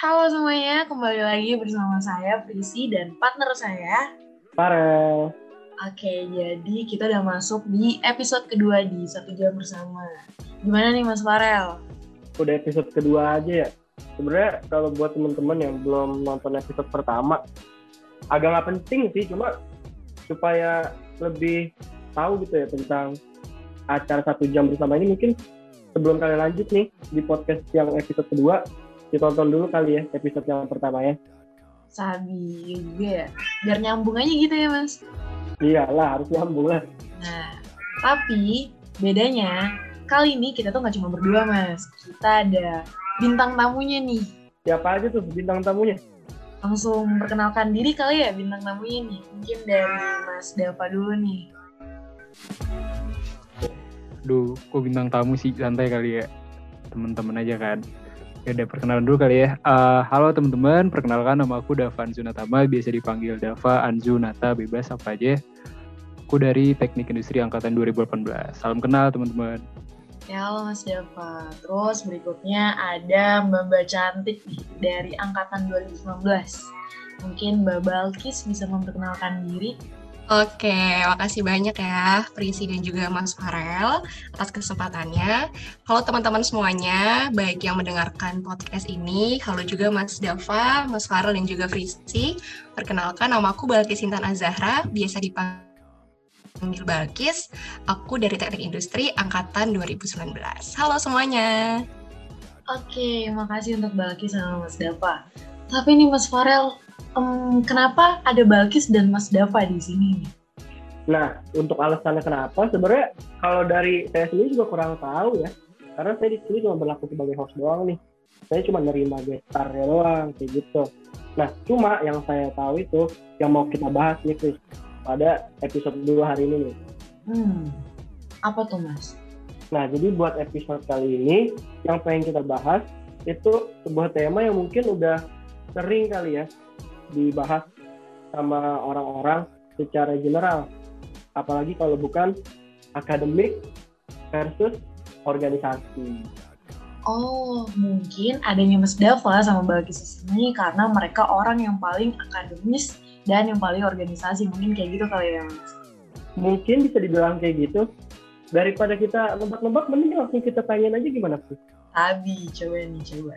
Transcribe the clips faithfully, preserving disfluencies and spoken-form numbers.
Halo semuanya, kembali lagi bersama saya Prisi dan partner saya Farel. Oke, jadi kita udah masuk di episode kedua di Satu Jam Bersama. Gimana nih Mas Farel? Udah episode kedua aja ya. Sebenarnya kalau buat teman-teman yang belum nonton episode pertama, agak nggak penting sih, cuma supaya lebih tahu gitu ya tentang acara Satu Jam Bersama ini. Mungkin sebelum kalian lanjut nih di podcast yang episode kedua, ditonton dulu kali ya episode yang pertama ya. Sabi juga ya, biar nyambung aja gitu ya Mas. Iyalah, harus nyambung lah. Nah, tapi bedanya kali ini kita tuh nggak cuma berdua Mas. Kita ada bintang tamunya nih. Siapa aja tuh bintang tamunya? Langsung perkenalkan diri kali ya bintang tamunya nih. Mungkin dari Mas Dava dulu nih. Duh, kok bintang tamu sih, santai kali ya. Temen-temen aja kan. Ya udah perkenalan dulu kali ya. Uh, halo teman-teman, perkenalkan nama aku Dava Anzu Natama, biasa dipanggil Dava, Anzu, Nata, bebas apa aja. Aku dari Teknik Industri Angkatan dua ribu delapan belas. Salam kenal teman-teman. Ya, halo Mas Dava. Terus berikutnya ada Mbak Mbak cantik nih dari Angkatan dua ribu sembilan belas. Mungkin Mbak Balkis bisa memperkenalkan diri. Oke, makasih banyak ya Prisi dan juga Mas Farel atas kesempatannya. Halo teman-teman semuanya, baik yang mendengarkan podcast ini. Halo juga Mas Dava, Mas Farel dan juga Prisi. Perkenalkan, nama aku Balkis Intan Azahra, biasa dipanggil Balkis. Aku dari Teknik Industri Angkatan dua ribu sembilan belas. Halo semuanya. Oke, makasih untuk Balkis sama Mas Dava. Tapi nih Mas Farel, Um, kenapa ada Balkis dan Mas Dava di sini? Nah, untuk alasannya kenapa, sebenarnya kalau dari saya sendiri juga kurang tahu ya. Karena saya di sini cuma berlaku sebagai host doang nih. Saya cuma nerima guest star-nya doang, kayak gitu. Nah, cuma yang saya tahu itu, yang mau kita bahas nih, Chris, pada episode dua hari ini nih. Hmm, apa tuh Mas? Nah, jadi buat episode kali ini, yang pengen kita bahas, itu sebuah tema yang mungkin udah sering kali ya dibahas sama orang-orang secara general, apalagi kalau bukan akademik versus organisasi. Oh, mungkin adanya Mas Dava sama Balkis di sini karena mereka orang yang paling akademis dan yang paling organisasi, mungkin kayak gitu kali ya Mas? Mungkin bisa dibilang kayak gitu. Daripada kita nebak-nebak, mending langsung kita tanyain aja gimana sih? Abi, coba nih, coba.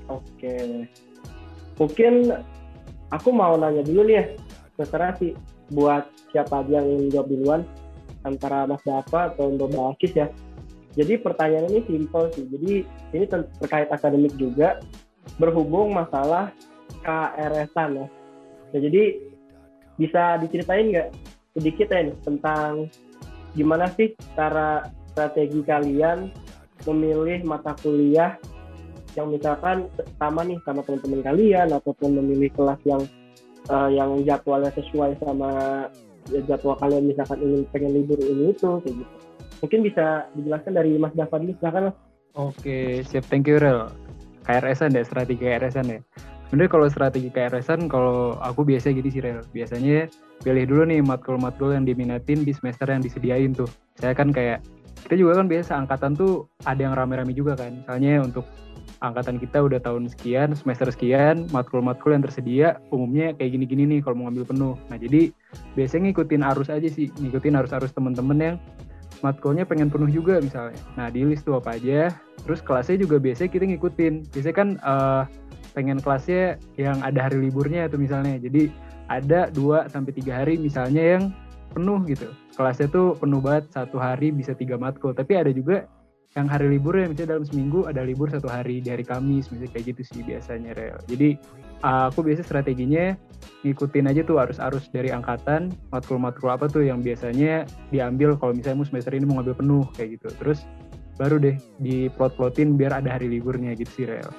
Oke, mungkin aku mau nanya dulu nih ya, terserah sih buat siapa aja yang ingin jawab duluan, antara Mas Dava atau Mbak Balkis ya. Jadi pertanyaannya ini simpel sih, jadi ini terkait akademik juga, berhubung masalah K R S-an ya. Nah, jadi bisa diceritain nggak sedikit ya nih, tentang gimana sih cara strategi kalian memilih mata kuliah yang misalkan sama nih sama teman-teman kalian, ataupun memilih kelas yang uh, yang jadwalnya sesuai sama ya, jadwal kalian, misalkan ingin pengen libur ini itu kayak gitu. Mungkin bisa dijelaskan dari Mas Dava dulu, silakan Mas. Oke, siap, thank you Rel. K R S-an ya, strategi K R S-an ya. Sebenarnya kalau strategi K R S-an, kalau aku biasa gitu sih Rel. Biasanya pilih dulu nih matkul-matkul yang diminatin di semester yang disediain tuh. Saya kan kayak, kita juga kan biasa angkatan tuh ada yang rame-rame juga kan. Misalnya untuk angkatan kita udah tahun sekian, semester sekian, matkul-matkul yang tersedia umumnya kayak gini-gini nih kalau mau ngambil penuh. Nah jadi biasanya ngikutin arus aja sih, ngikutin arus-arus temen-temen yang matkulnya pengen penuh juga misalnya. Nah di list tuh apa aja, terus kelasnya juga biasanya kita ngikutin. Biasanya kan uh, pengen kelasnya yang ada hari liburnya tuh misalnya. Jadi ada dua sampai tiga hari misalnya yang penuh gitu. Kelasnya tuh penuh banget, satu hari bisa tiga matkul. Tapi ada juga yang hari liburnya, misalnya dalam seminggu ada libur satu hari di hari Kamis, misalnya kayak gitu sih biasanya Rel. Jadi uh, aku biasa strateginya ngikutin aja tuh arus-arus dari angkatan, matkul-matkul apa tuh yang biasanya diambil kalau misalnya mau semester ini mau ngambil penuh kayak gitu. Terus baru deh diplot-plotin biar ada hari liburnya gitu sih Rel.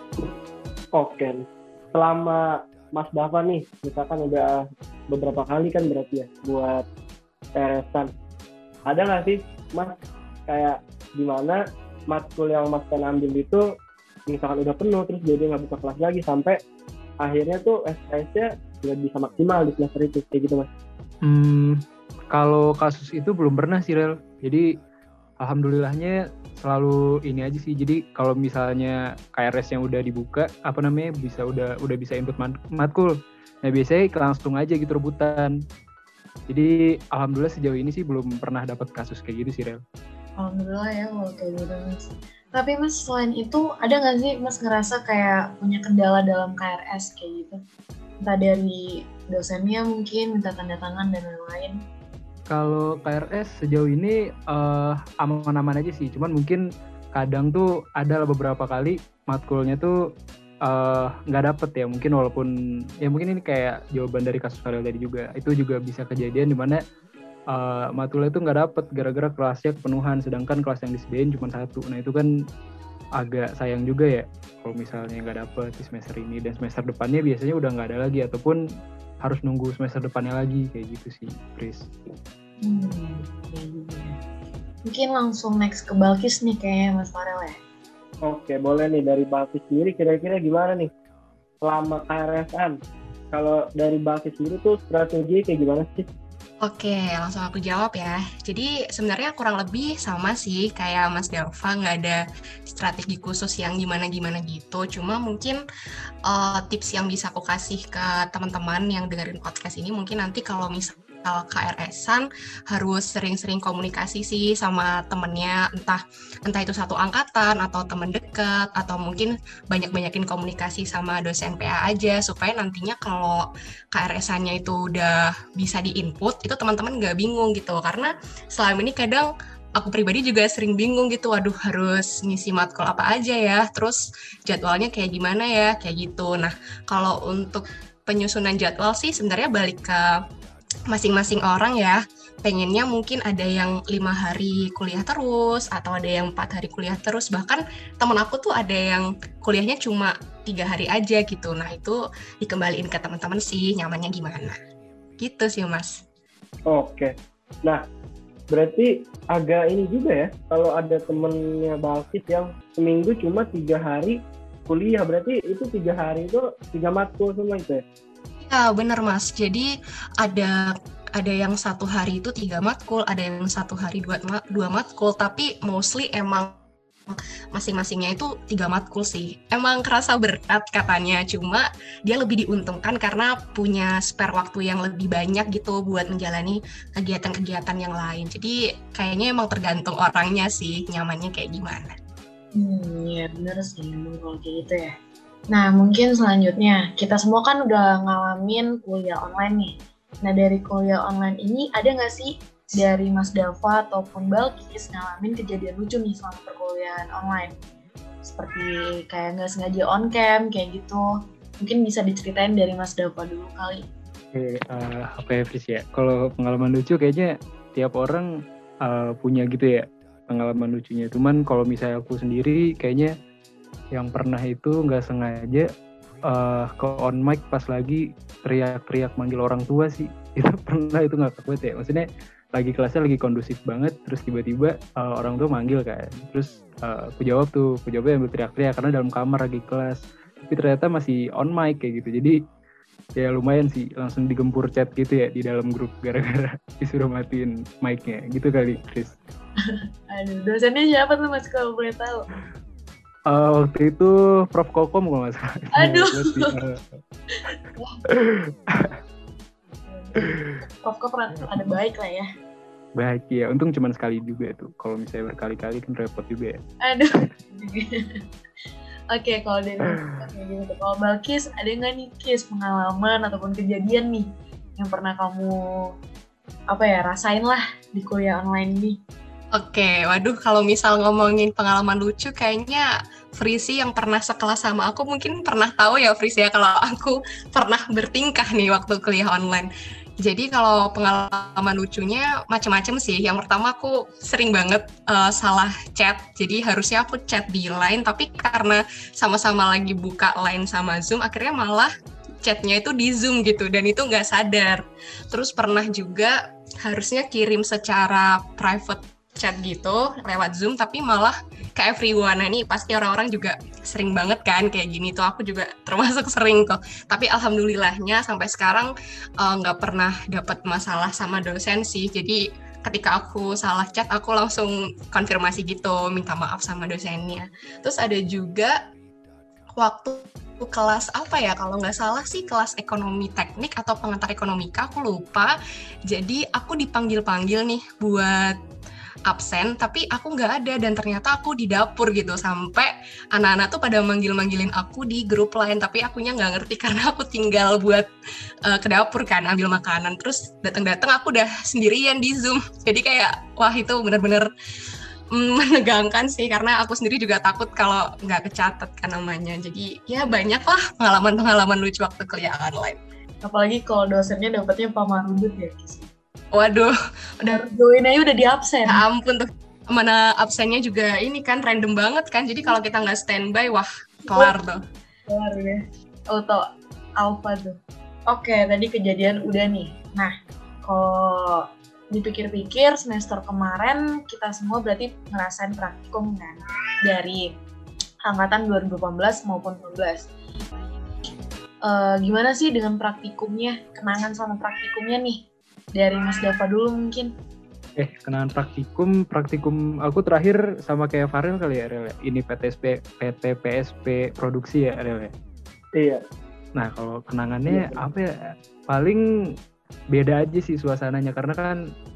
Oke, selama Mas Dava nih, misalkan udah beberapa kali kan berarti ya buat K R S-an, ada nggak sih Mas kayak gimana matkul yang Mas kan ambil itu misalkan udah penuh terus jadi nggak buka kelas lagi sampai akhirnya tuh S K S-nya nggak bisa maksimal di semester itu, kayak gitu Mas? Hmm, kalau kasus itu belum pernah sih Rel. Jadi alhamdulillahnya selalu ini aja sih. Jadi kalau misalnya K R S yang udah dibuka, apa namanya, bisa udah udah bisa input mat- matkul. Nah biasanya langsung aja gitu rebutan. Jadi alhamdulillah sejauh ini sih belum pernah dapat kasus kayak gitu sih, Rel. Alhamdulillah ya kalau kayak gitu Mas. Tapi Mas selain itu ada nggak sih Mas ngerasa kayak punya kendala dalam K R S kayak gitu? Entah dari dosennya mungkin minta tanda tangan dan lain-lain. Kalau K R S sejauh ini uh, aman-aman aja sih. Cuman mungkin kadang tuh ada beberapa kali matkulnya tuh nggak uh, dapet ya. Mungkin walaupun ya mungkin ini kayak jawaban dari kasus Farel tadi juga. Itu juga bisa kejadian di mana uh, matkulnya itu nggak dapet gara-gara kelasnya kepenuhan. Sedangkan kelas yang disediain cuma satu. Nah itu kan agak sayang juga ya. Kalau misalnya nggak dapet di semester ini dan semester depannya biasanya udah nggak ada lagi ataupun harus nunggu semester depannya lagi kayak gitu sih, Pris. Hmm, mungkin langsung next ke Balkis nih kayaknya Mas Farel ya. Oke, boleh nih dari Balkis sendiri kira-kira gimana nih selama K R S-an? Kalau dari Balkis sendiri tuh strategi kayak gimana sih? Oke, langsung aku jawab ya. Jadi sebenarnya kurang lebih sama sih kayak Mas Dava, nggak ada strategi khusus yang gimana-gimana gitu. Cuma mungkin uh, tips yang bisa aku kasih ke teman-teman yang dengerin podcast ini, mungkin nanti kalau misal K R S-an harus sering-sering komunikasi sih sama temennya, entah entah itu satu angkatan atau temen dekat, atau mungkin banyak-banyakin komunikasi sama dosen P A aja, supaya nantinya kalau K R S-annya itu udah bisa di-input, itu teman-teman nggak bingung gitu. Karena selama ini kadang aku pribadi juga sering bingung gitu, waduh harus ngisi matkul apa aja ya, terus jadwalnya kayak gimana ya, kayak gitu. Nah, kalau untuk penyusunan jadwal sih sebenarnya balik ke masing-masing orang ya, pengennya mungkin ada yang lima hari kuliah terus atau ada yang empat hari kuliah terus, bahkan temen aku tuh ada yang kuliahnya cuma tiga hari aja gitu. Nah itu dikembaliin ke teman-teman sih nyamannya gimana gitu sih Mas. Oke, nah berarti agak ini juga ya kalau ada temennya Balkis yang seminggu cuma tiga hari kuliah, berarti itu tiga hari itu tiga matkul semua itu ya? Ya benar Mas, jadi ada ada yang satu hari itu tiga matkul, ada yang satu hari dua, dua matkul, tapi mostly emang masing-masingnya itu tiga matkul sih. Emang kerasa berat katanya, cuma dia lebih diuntungkan karena punya spare waktu yang lebih banyak gitu buat menjalani kegiatan-kegiatan yang lain. Jadi kayaknya emang tergantung orangnya sih, nyamannya kayak gimana. Hmm, ya bener sih, emang kalau kayak gitu ya. Nah, mungkin selanjutnya, kita semua kan udah ngalamin kuliah online nih. Nah, dari kuliah online ini, ada nggak sih dari Mas Dava ataupun Balkis ngalamin kejadian lucu nih selama perkuliahan online? Seperti kayak nggak sengaja on cam, kayak gitu. Mungkin bisa diceritain dari Mas Dava dulu kali. Oke, uh, apa ya, Fris ya? Kalau pengalaman lucu kayaknya tiap orang uh, punya gitu ya, pengalaman lucunya. Cuman kalau misalnya aku sendiri, kayaknya yang pernah itu nggak sengaja uh, ke on mic pas lagi teriak-teriak manggil orang tua sih. Itu pernah, itu nggak kuat ya. Maksudnya lagi kelasnya lagi kondusif banget, terus tiba-tiba uh, orang tua manggil kan. Terus uh, aku jawab tuh, aku jawabnya ambil teriak-teriak karena dalam kamar lagi kelas. Tapi ternyata masih on mic kayak gitu. Jadi ya lumayan sih, langsung digempur chat gitu ya di dalam grup gara-gara disuruh matiin mic-nya. Gitu kali, Chris. Aduh, dosennya siapa tuh Mas kalau boleh tahu? Uh, waktu itu Prof Kokom kalau nggak salah. Aduh. Prof Kokom ada baik lah ya. Baik ya, untung cuma sekali juga tuh. Kalau misalnya berkali-kali kan repot juga ya. Aduh. Oke, kalau dari gitu. Kalau Balkis, ada nggak nih Kis pengalaman ataupun kejadian nih yang pernah kamu apa ya rasain lah di kuliah online ini? Oke, waduh kalau misal ngomongin pengalaman lucu kayaknya Frisi yang pernah sekelas sama aku mungkin pernah tahu ya Frisi ya kalau aku pernah bertingkah nih waktu kuliah online. Jadi kalau pengalaman lucunya macam-macam sih. Yang pertama aku sering banget uh, salah chat. Jadi harusnya aku chat di Line, tapi karena sama-sama lagi buka Line sama Zoom, akhirnya malah chatnya itu di Zoom gitu, dan itu nggak sadar. Terus pernah juga harusnya kirim secara private chat gitu lewat Zoom, tapi malah ke everyone. Nah ini pasti orang-orang juga sering banget kan kayak gini tuh, aku juga termasuk sering kok. Tapi alhamdulillahnya sampai sekarang nggak uh, pernah dapat masalah sama dosen sih. Jadi ketika aku salah chat, aku langsung konfirmasi gitu, minta maaf sama dosennya. Terus ada juga waktu kelas apa ya, kalau nggak salah sih kelas ekonomi teknik atau pengantar ekonomika, aku lupa. Jadi aku dipanggil-panggil nih buat absen, tapi aku nggak ada dan ternyata aku di dapur gitu, sampai anak-anak tuh pada manggil-manggilin aku di grup lain, tapi akunya nggak ngerti karena aku tinggal buat uh, ke dapur kan, ambil makanan, terus datang-datang aku udah sendirian di Zoom. Jadi kayak wah itu bener-bener menegangkan sih, karena aku sendiri juga takut kalau nggak kecatat kan namanya. Jadi ya banyak lah pengalaman-pengalaman lucu waktu kuliah online. Apalagi kalau dosennya dapetnya Pak Marudut ya, Kis. Waduh, udah join aja udah di absen. Ya ampun tuh, mana absennya juga ini kan random banget kan. Jadi kalau kita nggak standby, wah kelar tuh. Kelar ya. Auto alpha tuh. Oke, tadi kejadian udah nih. Nah, kalau dipikir-pikir semester kemarin kita semua berarti ngerasain praktikum kan dari angkatan dua ribu delapan belas maupun dua ribu sembilan belas. Uh, gimana sih dengan praktikumnya? Kenangan sama praktikumnya nih dari Mas Dava dulu mungkin. Eh, kenangan praktikum, praktikum aku terakhir sama kayak Farel kali ya, Rel. Ini P T S P, P T P S P produksi ya, Rel. Iya. Nah, kalau kenangannya iya. apa ya? Paling beda aja sih suasananya, karena kan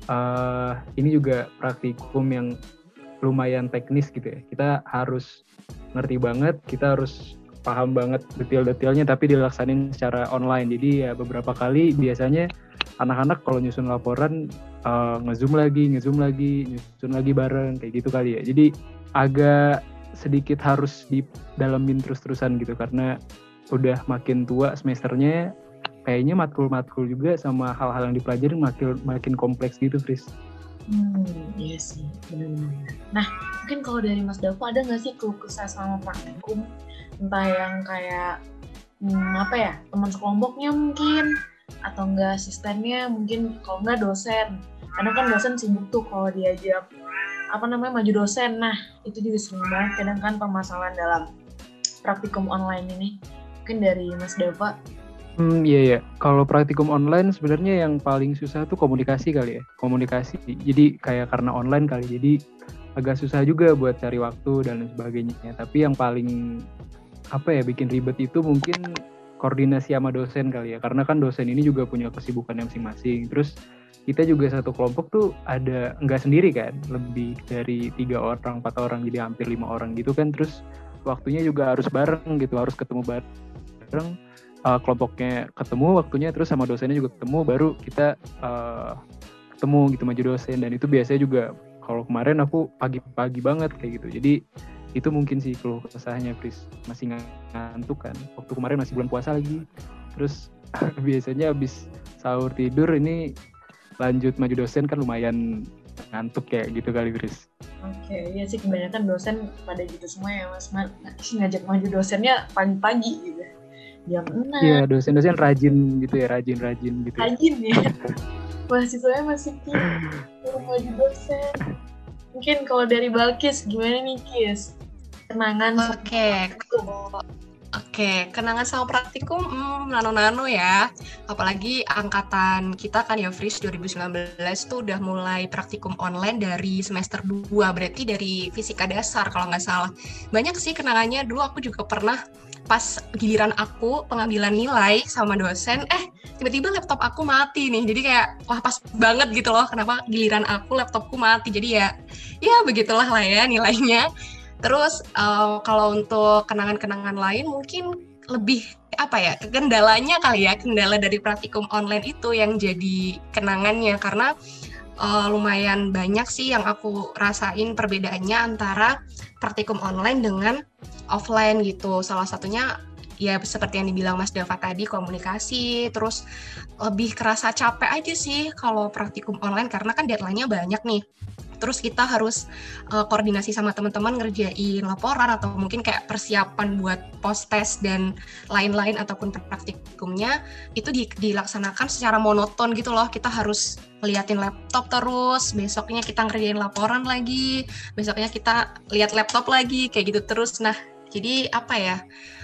uh, ini juga praktikum yang lumayan teknis gitu ya. Kita harus ngerti banget, kita harus paham banget detail-detailnya, tapi dilaksanain secara online. Jadi ya beberapa kali biasanya anak-anak kalau nyusun laporan uh, nge-zoom lagi, nge-zoom lagi, nyusun lagi bareng, kayak gitu kali ya. Jadi agak sedikit harus didalamin terus-terusan gitu, karena udah makin tua semesternya, kayaknya matkul-matkul juga sama hal-hal yang dipelajarin makin makin kompleks gitu, Fris. Hmm, iya sih, benar-benar. Nah, mungkin kalau dari Mas Dava ada nggak sih keluh kesah sama praktikum? Entah yang kayak, hmm, apa ya, teman sekelompoknya mungkin, atau enggak asistennya, mungkin kalau enggak dosen. Karena kan dosen sibuk tuh kalau diajak, apa namanya, maju dosen. Nah, itu juga sering banget kadang kan permasalahan dalam praktikum online ini. Mungkin dari Mas Dava. Hmm, iya ya. Kalau praktikum online sebenarnya yang paling susah tuh komunikasi kali ya. Komunikasi. Jadi kayak karena online kali. Jadi agak susah juga buat cari waktu dan sebagainya. Tapi yang paling apa ya bikin ribet itu mungkin koordinasi sama dosen kali ya. Karena kan dosen ini juga punya kesibukan yang masing-masing. Terus kita juga satu kelompok tuh ada nggak sendiri kan. Lebih dari tiga orang, empat orang, jadi hampir lima orang gitu kan. Terus waktunya juga harus bareng gitu, harus ketemu bareng. Uh, kelompoknya ketemu waktunya, terus sama dosennya juga ketemu, baru kita uh, ketemu gitu maju dosen. Dan itu biasanya juga kalau kemarin aku pagi-pagi banget kayak gitu. Jadi itu mungkin sih keluh kesahnya, Chris. Masih ngantuk kan, waktu kemarin masih bulan puasa lagi. Terus biasanya habis sahur tidur ini lanjut maju dosen kan lumayan ngantuk kayak gitu kali, Chris. Oke, okay, iya sih kebanyakan dosen pada gitu semua ya Mas. Ngajak maju dosennya pagi-pagi gitu. Jam enam. Iya, dosen-dosen rajin gitu ya, rajin-rajin gitu. Rajin ya. Mahasiswanya masih kira maju dosen. Mungkin kalau dari Balkis, gimana nih Kis? Kenangan. Oke, okay. Oke, okay. Kenangan sama praktikum, hmm, nano-nano ya. Apalagi angkatan kita kan ya, Fris, dua ribu sembilan belas tuh udah mulai praktikum online dari semester dua, berarti dari fisika dasar kalau nggak salah. Banyak sih kenangannya, dulu aku juga pernah pas giliran aku pengambilan nilai sama dosen, eh tiba-tiba laptop aku mati nih. Jadi kayak wah pas banget gitu loh, kenapa giliran aku laptopku mati. Jadi ya ya begitulah lah ya nilainya. Terus uh, kalau untuk kenangan-kenangan lain mungkin lebih apa ya, kendalanya kali ya, kendala dari praktikum online itu yang jadi kenangannya, karena uh, lumayan banyak sih yang aku rasain perbedaannya antara praktikum online dengan offline gitu. Salah satunya ya seperti yang dibilang Mas Dava tadi, komunikasi, terus lebih kerasa capek aja sih kalau praktikum online karena kan deadline-nya banyak nih. Terus kita harus uh, koordinasi sama teman-teman ngerjain laporan atau mungkin kayak persiapan buat post test dan lain-lain ataupun praktikumnya itu di, dilaksanakan secara monoton gitu loh. Kita harus liatin laptop terus, besoknya kita ngerjain laporan lagi, besoknya kita lihat laptop lagi, kayak gitu terus. Nah, jadi apa ya,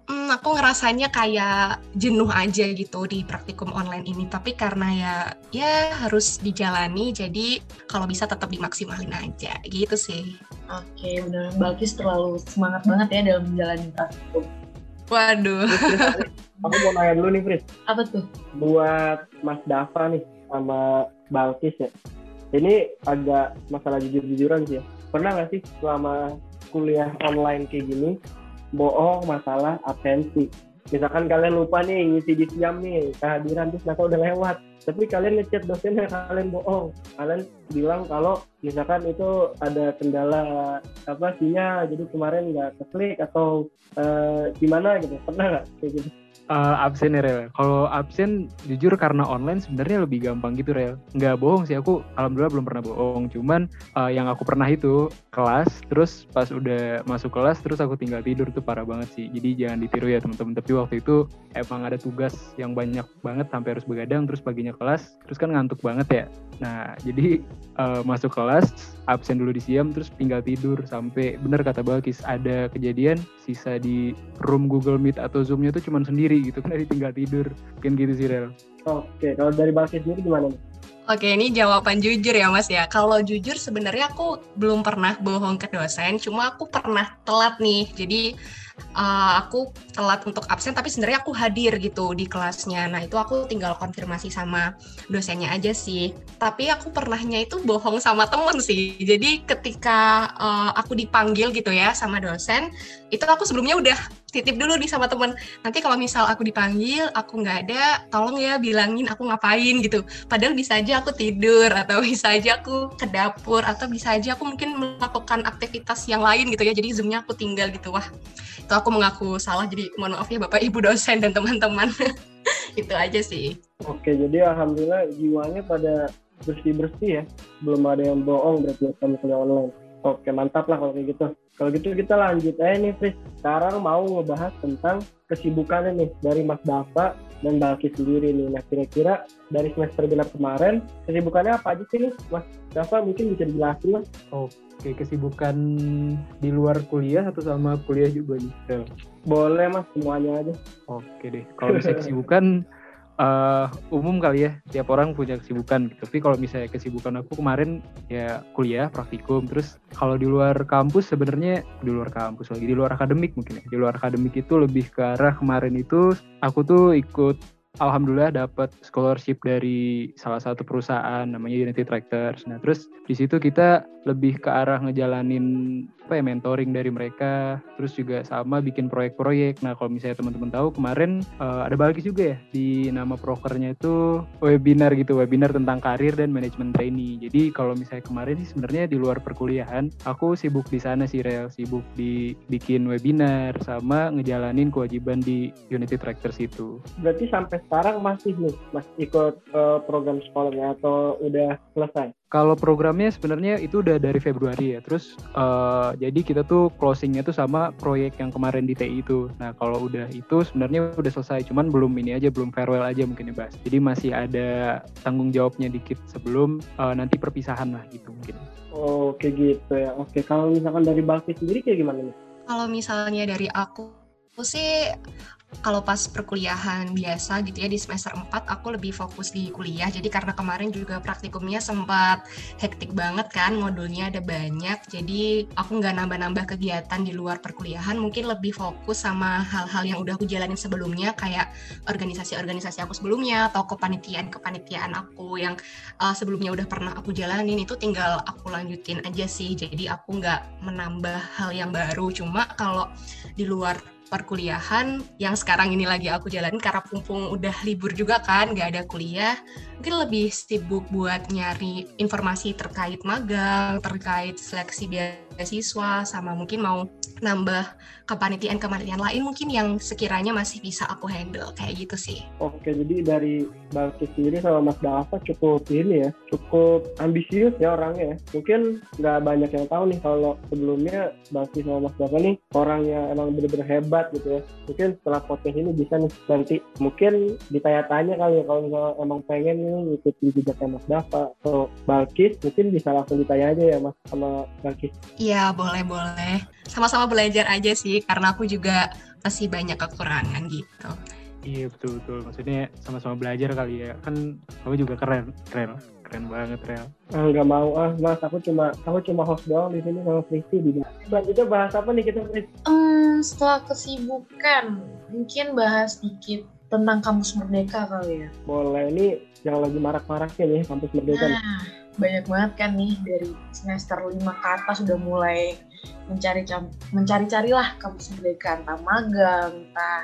Hmm, aku ngerasanya kayak jenuh aja gitu di praktikum online ini. Tapi karena ya ya harus dijalani, jadi kalau bisa tetap dimaksimalin aja gitu sih. Oke, benar. Balkis terlalu semangat banget ya dalam menjalani praktikum. Waduh. Terus, Fris, aku mau nanya dulu nih, Fris. Apa tuh? Buat Mas Dava nih sama Balkis ya. Ini agak masalah jujur-jujuran sih ya. Pernah nggak sih selama kuliah online kayak gini bohong masalah absensi? Misalkan kalian lupa nih ngisi di siam nih kehadiran, terus ternyata udah lewat, tapi kalian ngechat dosennya kalian bohong, kalian bilang kalau misalkan itu ada kendala apa sinyal, jadi kemarin nggak keklik atau uh, gimana gitu. Pernah nggak kayak gitu? Uh, absen ya Rel. Kalau absen jujur karena online sebenarnya lebih gampang gitu Rel. Nggak bohong sih, aku alhamdulillah belum pernah bohong. Cuman uh, yang aku pernah itu kelas, terus pas udah masuk kelas terus aku tinggal tidur, tuh parah banget sih. Jadi jangan ditiru ya teman-teman. Tapi waktu itu emang ada tugas yang banyak banget sampai harus begadang, terus paginya kelas, terus kan ngantuk banget ya. Nah jadi uh, masuk kelas absen dulu di siam, terus tinggal tidur sampai bener kata Balkis, ada kejadian sisa di room Google Meet atau Zoom-nya tuh cuman sendiri gitu kan, tinggal tidur. Mungkin gitu sih Rel. Oke, kalau dari Balkis sendiri gimana nih? Oke, ini jawaban jujur ya Mas ya. Kalau jujur sebenarnya aku belum pernah bohong ke dosen, cuma aku pernah telat nih. Jadi uh, aku telat untuk absen, tapi sebenarnya aku hadir gitu di kelasnya. Nah itu aku tinggal konfirmasi sama dosennya aja sih. Tapi aku pernahnya itu bohong sama temen sih. Jadi ketika uh, aku dipanggil gitu ya sama dosen, itu aku sebelumnya udah titip dulu nih sama temen, nanti kalau misal aku dipanggil, aku nggak ada, tolong ya bilangin aku ngapain gitu. Padahal bisa aja aku tidur, atau bisa aja aku ke dapur, atau bisa aja aku mungkin melakukan aktivitas yang lain gitu ya. Jadi Zoom-nya aku tinggal gitu. Wah, itu aku mengaku salah. Jadi mohon maaf ya Bapak Ibu dosen dan teman-teman. Itu aja sih. Oke, jadi alhamdulillah jiwanya pada bersih-bersih ya. Belum ada yang bohong berarti kami kuliah online. Oke, mantap lah kalau kayak gitu. Kalau gitu kita lanjut aja nih, Fris. Sekarang mau ngebahas tentang kesibukannya nih dari Mas Dava dan Balkis sendiri nih. Nah, kira-kira dari semester genap kemarin, kesibukannya apa aja sih nih, Mas Dava? Mungkin bisa dijelasin, Mas. Oke, kesibukan di luar kuliah atau sama kuliah juga nih? Rel? Boleh, Mas, semuanya aja. Oke deh, kalau misalnya kesibukan uh, umum kali ya, tiap orang punya kesibukan gitu. Tapi kalau misalnya kesibukan aku kemarin ya kuliah, praktikum. Terus kalau di luar kampus sebenarnya, di luar kampus lagi, di luar akademik mungkin ya. Di luar akademik itu lebih ke arah kemarin itu aku tuh ikut, alhamdulillah dapat scholarship dari salah satu perusahaan namanya Unity Tractors. Nah terus di situ kita lebih ke arah ngejalanin apa ya, mentoring dari mereka, terus juga sama bikin proyek-proyek. Nah kalau misalnya teman-teman tahu kemarin uh, ada Balkis juga ya, di nama prokernya itu webinar gitu, webinar tentang karir dan manajemen trainee. Jadi kalau misalnya kemarin sih sebenarnya di luar perkuliahan aku sibuk di sana sih Rel, sibuk di bikin webinar sama ngejalanin kewajiban di Unity Tractors itu. Berarti sampai sekarang masih nih Mas ikut uh, program sekolahnya atau udah selesai? Kalau programnya sebenarnya itu udah dari Februari ya, terus uh, jadi kita tuh closingnya tuh sama proyek yang kemarin di T I itu. Nah kalau udah itu sebenarnya udah selesai, cuman belum ini aja, belum farewell aja mungkin ya Bas. Jadi masih ada tanggung jawabnya dikit sebelum uh, nanti perpisahan lah gitu mungkin. Oh kayak gitu ya. Oke, kalau misalkan dari Balkis sendiri kayak gimana nih? Kalau misalnya dari aku, aku sih kalau pas perkuliahan biasa gitu ya di semester empat aku lebih fokus di kuliah. Jadi karena kemarin juga praktikumnya sempat hektik banget kan, modulnya ada banyak. Jadi aku nggak nambah-nambah kegiatan di luar perkuliahan, mungkin lebih fokus sama hal-hal yang udah aku jalanin sebelumnya, kayak organisasi-organisasi aku sebelumnya atau kepanitiaan-kepanitiaan aku yang uh, sebelumnya udah pernah aku jalanin, itu tinggal aku lanjutin aja sih. Jadi aku nggak menambah hal yang baru. Cuma kalau di luar perkuliahan yang sekarang ini lagi aku jalanin karena mumpung udah libur juga kan, gak ada kuliah, mungkin lebih sibuk buat nyari informasi terkait magang, terkait seleksi beasiswa, sama mungkin mau nambah kepanitiaan-kepanitiaan lain mungkin yang sekiranya masih bisa aku handle, kayak gitu sih. Oke, jadi dari Balkis sendiri sama Mas Dava cukup ini ya, cukup ambisius ya orangnya ya. Mungkin nggak banyak yang tahu nih kalau sebelumnya Balkis sama Mas Dava nih orangnya emang bener-bener hebat gitu ya. Mungkin setelah podcast ini bisa nih nanti mungkin ditanya-tanya kali ya, kalau misalnya emang pengen nih ngikutin jejaknya Mas Dava atau Balkis, mungkin bisa langsung ditanya aja ya Mas sama Balkis. Iya Iya, boleh-boleh. Sama-sama belajar aja sih, karena aku juga masih banyak kekurangan gitu. Iya betul-betul, maksudnya sama-sama belajar kali ya, kan kamu juga keren, Rel, keren banget Rel. Ah, nggak mau ah mas, aku cuma aku cuma host doang di sini sama Prisi. Di selanjutnya bahas apa nih kita, Pris? Hmm, setelah kesibukan, mungkin bahas sedikit tentang Kampus Merdeka kali ya. Boleh, ini yang lagi marak-maraknya nih Kampus Merdeka. Nah, banyak banget kan nih dari semester lima ke atas sudah mulai mencari mencari-carilah Kampus Merdeka, entah magang, entah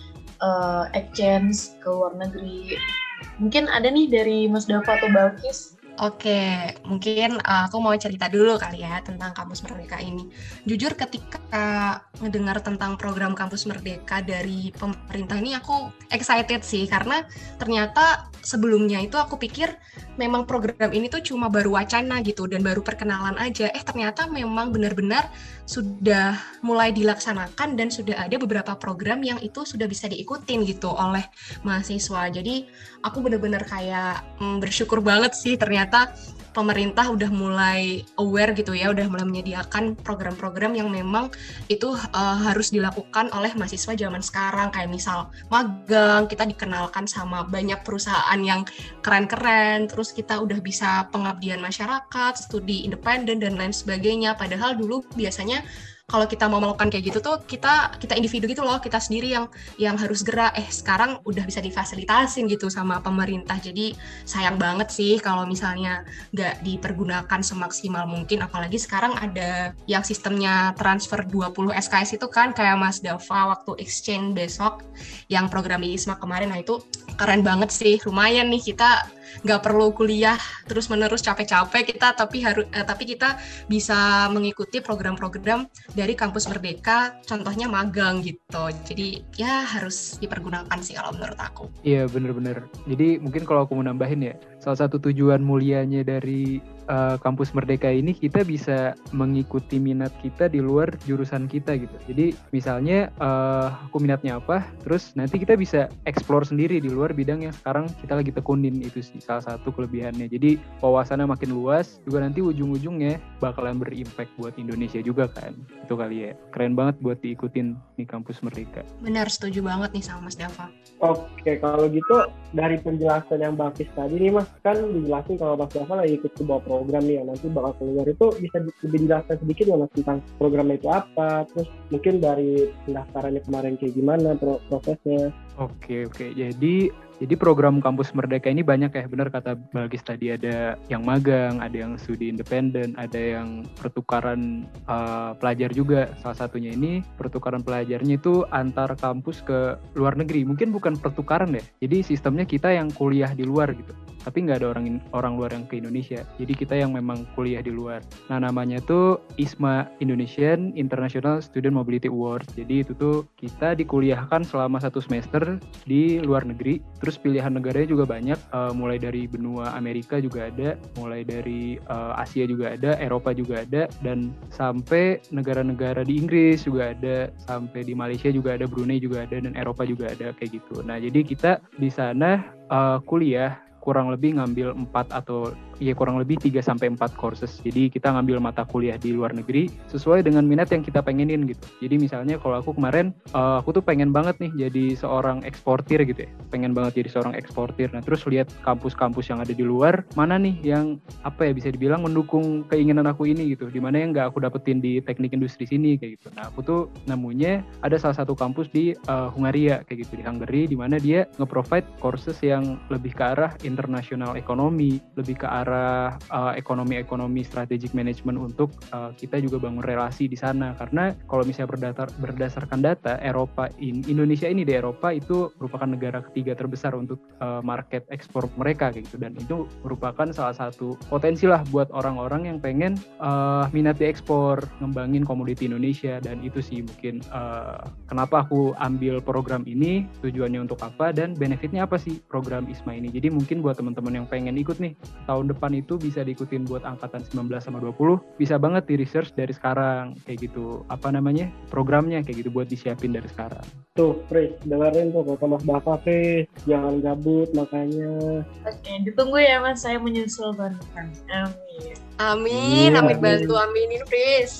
uh, exchange ke luar negeri. Mungkin ada nih dari Mas Dava atau Balkis. Oke, mungkin uh, aku mau cerita dulu kali ya tentang Kampus Merdeka ini. Jujur ketika ngedengar tentang program Kampus Merdeka dari pemerintah ini aku excited sih, karena ternyata sebelumnya itu aku pikir memang program ini tuh cuma baru wacana gitu dan baru perkenalan aja. Eh ternyata memang benar-benar sudah mulai dilaksanakan dan sudah ada beberapa program yang itu sudah bisa diikutin gitu oleh mahasiswa. Jadi aku benar-benar kayak mm, bersyukur banget sih ternyata pemerintah udah mulai aware gitu ya, udah mulai menyediakan program-program yang memang itu uh, harus dilakukan oleh mahasiswa zaman sekarang, kayak misal magang, kita dikenalkan sama banyak perusahaan yang keren-keren, terus kita udah bisa pengabdian masyarakat, studi independen dan lain sebagainya. Padahal dulu biasanya kalau kita mau melakukan kayak gitu tuh kita kita individu gitu loh, kita sendiri yang yang harus gerak. Eh sekarang udah bisa difasilitasin gitu sama pemerintah. Jadi sayang banget sih kalau misalnya nggak dipergunakan semaksimal mungkin. Apalagi sekarang ada yang sistemnya transfer dua puluh S K S itu kan, kayak Mas Dava waktu exchange besok yang program di ISMA kemarin. Nah itu keren banget sih, lumayan nih kita nggak perlu kuliah terus-menerus capek-capek kita, tapi harus eh, tapi kita bisa mengikuti program-program dari Kampus Merdeka, contohnya magang gitu. Jadi ya harus dipergunakan sih kalau menurut aku. Iya bener-bener. Jadi mungkin kalau aku mau nambahin ya, salah satu tujuan mulianya dari uh, Kampus Merdeka ini, kita bisa mengikuti minat kita di luar jurusan kita gitu. Jadi misalnya uh, aku minatnya apa, terus nanti kita bisa explore sendiri di luar bidang yang sekarang kita lagi tekunin. Itu sih salah satu kelebihannya. Jadi wawasannya makin luas, juga nanti ujung-ujungnya bakalan berimpact buat Indonesia juga kan. Itu kali ya. Keren banget buat diikutin nih Kampus Merdeka. Benar, setuju banget nih sama Mas Dava. Oke, kalau gitu dari penjelasan yang Bakis tadi nih Mas, kan dijelasin kalau Mas Dava lagi ikut sebuah program nih yang nanti bakal keluar, itu bisa lebih dijelaskan sedikit ya Mas tentang programnya itu apa, terus mungkin dari pendaftarannya kemarin kayak gimana prosesnya. Oke, oke. Jadi Jadi program Kampus Merdeka ini banyak ya, benar kata Balkis tadi, ada yang magang, ada yang studi independen, ada yang pertukaran uh, pelajar juga. Salah satunya ini pertukaran pelajarnya itu antar kampus ke luar negeri. Mungkin bukan pertukaran ya, jadi sistemnya kita yang kuliah di luar gitu, tapi nggak ada orang orang luar yang ke Indonesia. Jadi kita yang memang kuliah di luar. Nah namanya tuh ISMA, Indonesian International Student Mobility Award. Jadi itu tuh kita dikuliahkan selama satu semester di luar negeri. Terus pilihan negaranya juga banyak, uh, mulai dari benua Amerika juga ada, mulai dari uh, Asia juga ada, Eropa juga ada, dan sampai negara-negara di Inggris juga ada, sampai di Malaysia juga ada, Brunei juga ada, dan Eropa juga ada kayak gitu. Nah jadi kita di sana uh, kuliah kurang lebih ngambil empat atau ya kurang lebih tiga sampai empat courses. Jadi kita ngambil mata kuliah di luar negeri sesuai dengan minat yang kita pengenin gitu. Jadi misalnya kalau aku kemarin uh, aku tuh pengen banget nih jadi seorang eksportir gitu ya. Pengen banget jadi seorang eksportir. Nah, terus lihat kampus-kampus yang ada di luar, mana nih yang apa ya bisa dibilang mendukung keinginan aku ini gitu. Dimana yang nggak aku dapetin di teknik industri sini kayak gitu. Nah, aku tuh nemunya ada salah satu kampus di uh, Hungaria kayak gitu, di Hungary, dimana dia nge-provide courses yang lebih ke arah international economy, lebih ke arah arah uh, ekonomi-ekonomi strategic management untuk uh, kita juga bangun relasi di sana. Karena kalau misalnya berdasar, berdasarkan data Eropa in, Indonesia ini di Eropa itu merupakan negara ketiga terbesar untuk uh, market ekspor mereka kayak gitu, dan itu merupakan salah satu potensi lah buat orang-orang yang pengen uh, minat di ekspor, ngembangin komoditi Indonesia. Dan itu sih mungkin uh, kenapa aku ambil program ini, tujuannya untuk apa, dan benefitnya apa sih program ISMA ini. Jadi mungkin buat teman-teman yang pengen ikut nih tahun depan itu bisa diikutin buat angkatan sembilan belas sama dua puluh, bisa banget di research dari sekarang kayak gitu, apa namanya programnya kayak gitu buat disiapin dari sekarang. Tuh Pris, dengerin tuh kata Mas Dava, Pris, jangan gabut makanya. Oke, ditunggu ya Mas, saya menyusul bantuan. Amin. Amin, ya, amin bantu, aminin Pris.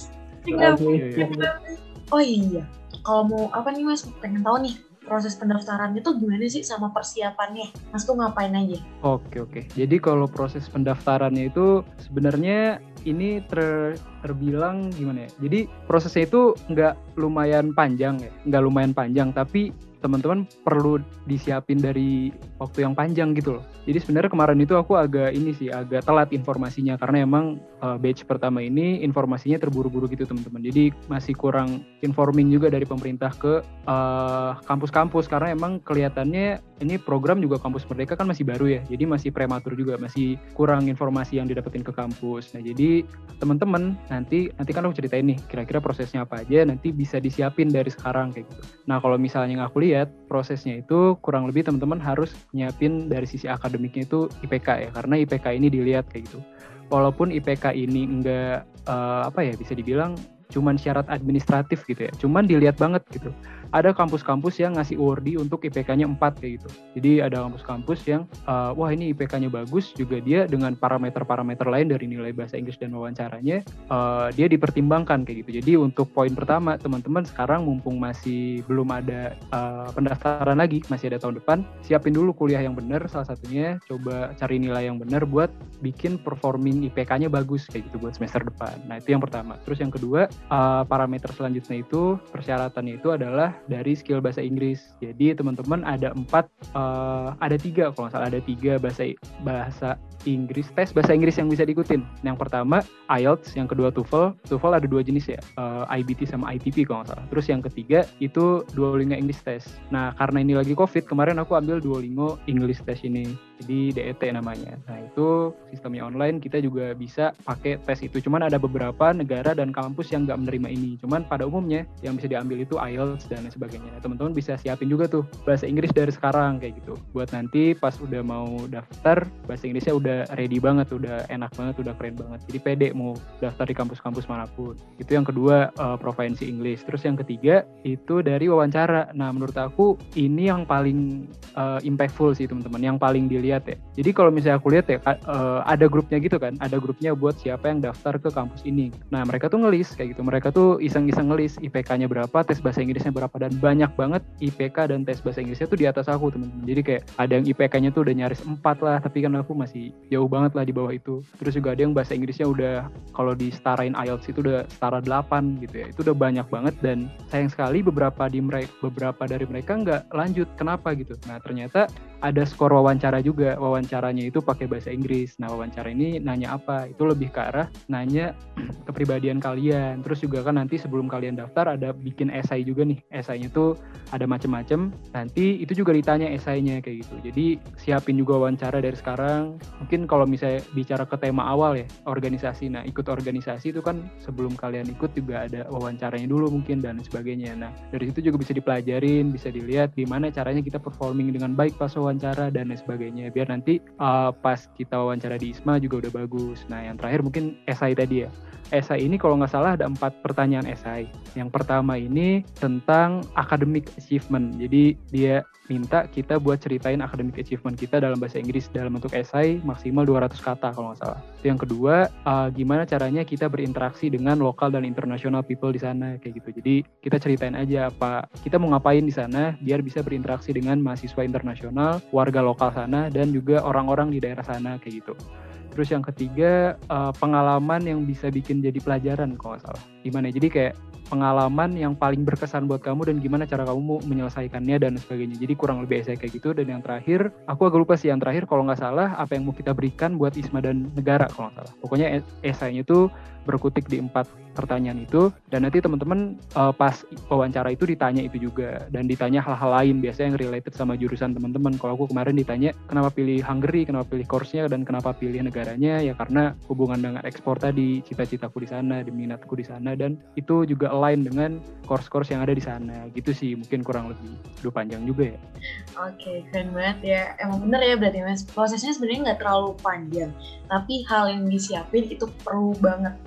Tinggal Asli. Oh iya, kalau mau apa nih Mas, pengen tahu nih proses pendaftarannya tuh gimana sih sama persiapannya? Mas tuh ngapain aja? Oke oke. Jadi kalau proses pendaftarannya itu sebenarnya ini ter, terbilang gimana ya? Jadi prosesnya itu nggak lumayan panjang ya, nggak lumayan panjang, tapi teman-teman perlu disiapin dari waktu yang panjang gitu loh. Jadi sebenarnya kemarin itu aku agak ini sih, agak telat informasinya karena emang uh, batch pertama ini informasinya terburu-buru gitu teman-teman. Jadi masih kurang informing juga dari pemerintah ke uh, kampus-kampus karena emang kelihatannya ini program juga Kampus Merdeka kan masih baru ya. Jadi masih prematur juga, masih kurang informasi yang didapetin ke kampus. Nah, jadi teman-teman nanti nanti kan aku ceritain nih kira-kira prosesnya apa aja, nanti bisa disiapin dari sekarang kayak gitu. Nah, kalau misalnya yang aku lihat prosesnya itu kurang lebih teman-teman harus nyiapin dari sisi akademiknya itu I P K ya, karena I P K ini dilihat kayak gitu. Walaupun I P K ini enggak uh, apa ya bisa dibilang cuman syarat administratif gitu ya, cuman dilihat banget gitu. Ada kampus-kampus yang ngasih awardee untuk I P K-nya empat kayak gitu. Jadi ada kampus-kampus yang uh, wah ini I P K-nya bagus, juga dia dengan parameter-parameter lain dari nilai bahasa Inggris dan wawancaranya uh, dia dipertimbangkan kayak gitu. Jadi untuk poin pertama teman-teman sekarang mumpung masih belum ada uh, pendaftaran lagi, masih ada tahun depan, siapin dulu kuliah yang benar, salah satunya coba cari nilai yang benar buat bikin performing I P K-nya bagus kayak gitu buat semester depan. Nah, itu yang pertama. Terus yang kedua, uh, parameter selanjutnya itu persyaratannya itu adalah dari skill bahasa Inggris. Jadi teman-teman ada empat, uh, ada tiga kalau nggak salah, ada tiga bahasa bahasa Inggris, tes bahasa Inggris yang bisa diikutin. Yang pertama I E L T S, yang kedua TOEFL. TOEFL ada dua jenis ya, uh, I B T sama I T P kalau nggak salah. Terus yang ketiga itu Duolingo English Test. Nah, karena ini lagi COVID, kemarin aku ambil Duolingo English Test ini. Jadi D E T namanya. Nah, itu sistemnya online, kita juga bisa pakai tes itu. Cuman ada beberapa negara dan kampus yang nggak menerima ini. Cuman pada umumnya yang bisa diambil itu I E L T S dan sebagainya. Nah, teman-teman bisa siapin juga tuh bahasa Inggris dari sekarang kayak gitu. Buat nanti pas udah mau daftar, bahasa Inggrisnya udah ready banget, udah enak banget, udah keren banget. Jadi pede mau daftar di kampus-kampus manapun. Itu yang kedua, uh, provinsi English. Terus yang ketiga itu dari wawancara. Nah, menurut aku ini yang paling uh, impactful sih teman-teman, yang paling dilihat ya. Jadi kalau misalnya aku lihat ya, uh, ada grupnya gitu kan, ada grupnya buat siapa yang daftar ke kampus ini. Nah, mereka tuh ngelis kayak gitu. Mereka tuh iseng-iseng ngelis I P K-nya berapa, tes bahasa Inggrisnya berapa, dan banyak banget I P K dan tes bahasa Inggrisnya tuh di atas aku teman-teman. Jadi kayak ada yang I P K-nya tuh udah nyaris empat lah, tapi kan aku masih jauh banget lah di bawah itu. Terus juga ada yang bahasa Inggrisnya udah kalau di setarain I E L T S itu udah setara delapan gitu ya. Itu udah banyak banget dan sayang sekali beberapa di mereka beberapa dari mereka nggak lanjut. Kenapa gitu? Nah, ternyata ada skor wawancara juga. Wawancaranya itu pakai bahasa Inggris. Nah, wawancara ini nanya apa? Itu lebih ke arah nanya kepribadian kalian. Terus juga kan nanti sebelum kalian daftar ada bikin esai juga nih. Esainya tuh ada macam-macam. Nanti itu juga ditanya esainya kayak gitu. Jadi siapin juga wawancara dari sekarang. Mungkin kalau misalnya bicara ke tema awal ya, organisasi. Nah, ikut organisasi itu kan sebelum kalian ikut juga ada wawancaranya dulu mungkin dan sebagainya. Nah, dari situ juga bisa dipelajarin, bisa dilihat gimana caranya kita performing dengan baik pas wawancara dan lain sebagainya. Biar nanti uh, pas kita wawancara di I S M A juga udah bagus. Nah, yang terakhir mungkin esai tadi ya. Esai ini kalau nggak salah ada empat pertanyaan esai. Yang pertama ini tentang academic achievement. Jadi dia minta kita buat ceritain academic achievement kita dalam bahasa Inggris dalam bentuk esai maksimal dua ratus kata kalau nggak salah. Itu yang kedua, uh, gimana caranya kita berinteraksi dengan lokal dan international people di sana kayak gitu. Jadi kita ceritain aja apa kita mau ngapain di sana biar bisa berinteraksi dengan mahasiswa internasional, warga lokal sana dan juga orang-orang di daerah sana kayak gitu. Terus yang ketiga, uh, pengalaman yang bisa bikin jadi pelajaran kalau nggak salah. Gimana? Jadi kayak pengalaman yang paling berkesan buat kamu dan gimana cara kamu menyelesaikannya dan sebagainya. Jadi kurang lebih esai kayak gitu. Dan yang terakhir, aku agak lupa sih yang terakhir kalau nggak salah apa yang mau kita berikan buat I S M A dan negara kalau nggak salah. Pokoknya esainya itu berkutik di empat pertanyaan itu dan nanti teman-teman uh, pas wawancara itu ditanya itu juga dan ditanya hal-hal lain biasanya yang related sama jurusan teman-teman. Kalau aku kemarin ditanya kenapa pilih Hungary, kenapa pilih course-nya dan kenapa pilih negaranya, ya karena hubungan dengan ekspor tadi, cita-citaku di sana, minatku di sana dan itu juga align dengan course-course yang ada di sana. Gitu sih mungkin kurang lebih. Udah panjang juga ya. Oke, keren banget ya. Emang bener ya berarti Mas. Prosesnya sebenarnya nggak terlalu panjang, tapi hal yang disiapin itu perlu banget.